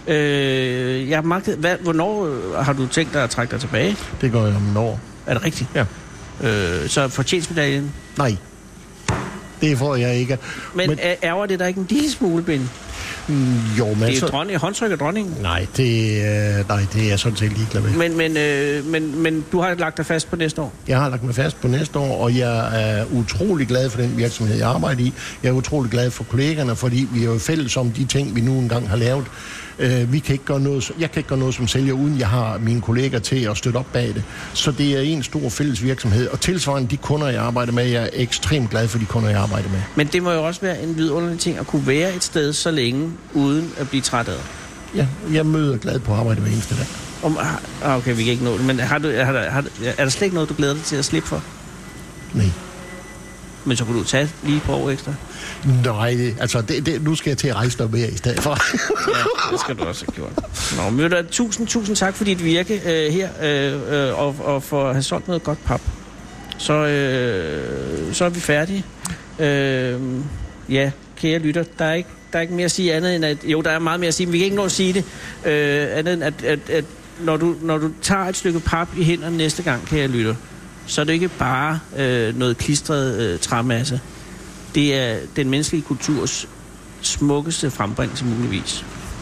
Øh, jeg har magtet, hvad, hvornår har du tænkt dig at trække dig tilbage? Det går jeg om en år. Er det rigtigt? Ja. Øh, så fortjenstmedaljen? Nej. Det får jeg ikke. Men, Men ærger det der ikke en lille smule, Ben? Mm, jo, men det er jo så... dronning, håndtryk af dronningen. Nej, det, øh, nej, det er jeg sådan set ligeglad med. Men, men, øh, men, men du har lagt dig fast på næste år? Jeg har lagt mig fast på næste år, og jeg er utrolig glad for den virksomhed, jeg arbejder i. Jeg er utrolig glad for kollegerne, fordi vi er jo fælles om de ting, vi nu engang har lavet. Uh, vi kan ikke gøre noget, jeg kan ikke gøre noget som sælger, uden jeg har mine kolleger til at støtte op bag det. Så det er en stor fælles virksomhed. Og tilsvarende de kunder, jeg arbejder med, jeg er ekstremt glad for de kunder, jeg arbejder med. Men det må jo også være en vidunderlig ting at kunne være et sted så længe, uden at blive træt af det. Ja, jeg møder glad på arbejde hver eneste dag. Om, ah, okay, vi kan ikke nå det. Men har du, har, har, er der slet ikke noget, du glæder dig til at slippe for? Nej. Men så kunne du tage lige på år ekstra? Nej, det, altså det, det, nu skal jeg til at rejse noget mere i stedet for. Ja, det skal du også have gjort. Nå, men da, tusind, tusind tak for dit virke øh, her, øh, og, og for at have solgt noget godt pap. Så, øh, så er vi færdige. Øh, ja, kære lytter, der er, ikke, der er ikke mere at sige andet end at... Jo, der er meget mere at sige, men vi kan ikke nå at sige det. Øh, andet end at, at, at når, du, når du tager et stykke pap i hænderne næste gang, kære lytter, så er det ikke bare øh, noget klistret øh, træmasse. Det er den menneskelige kulturs smukkeste frembringelse muligvis.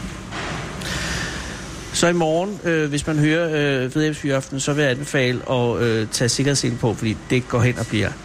Så i morgen, øh, hvis man hører øh, Fede Abes Fyraften, så vil jeg anbefale at øh, tage sikkerhedsselen på, fordi det går hen og bliver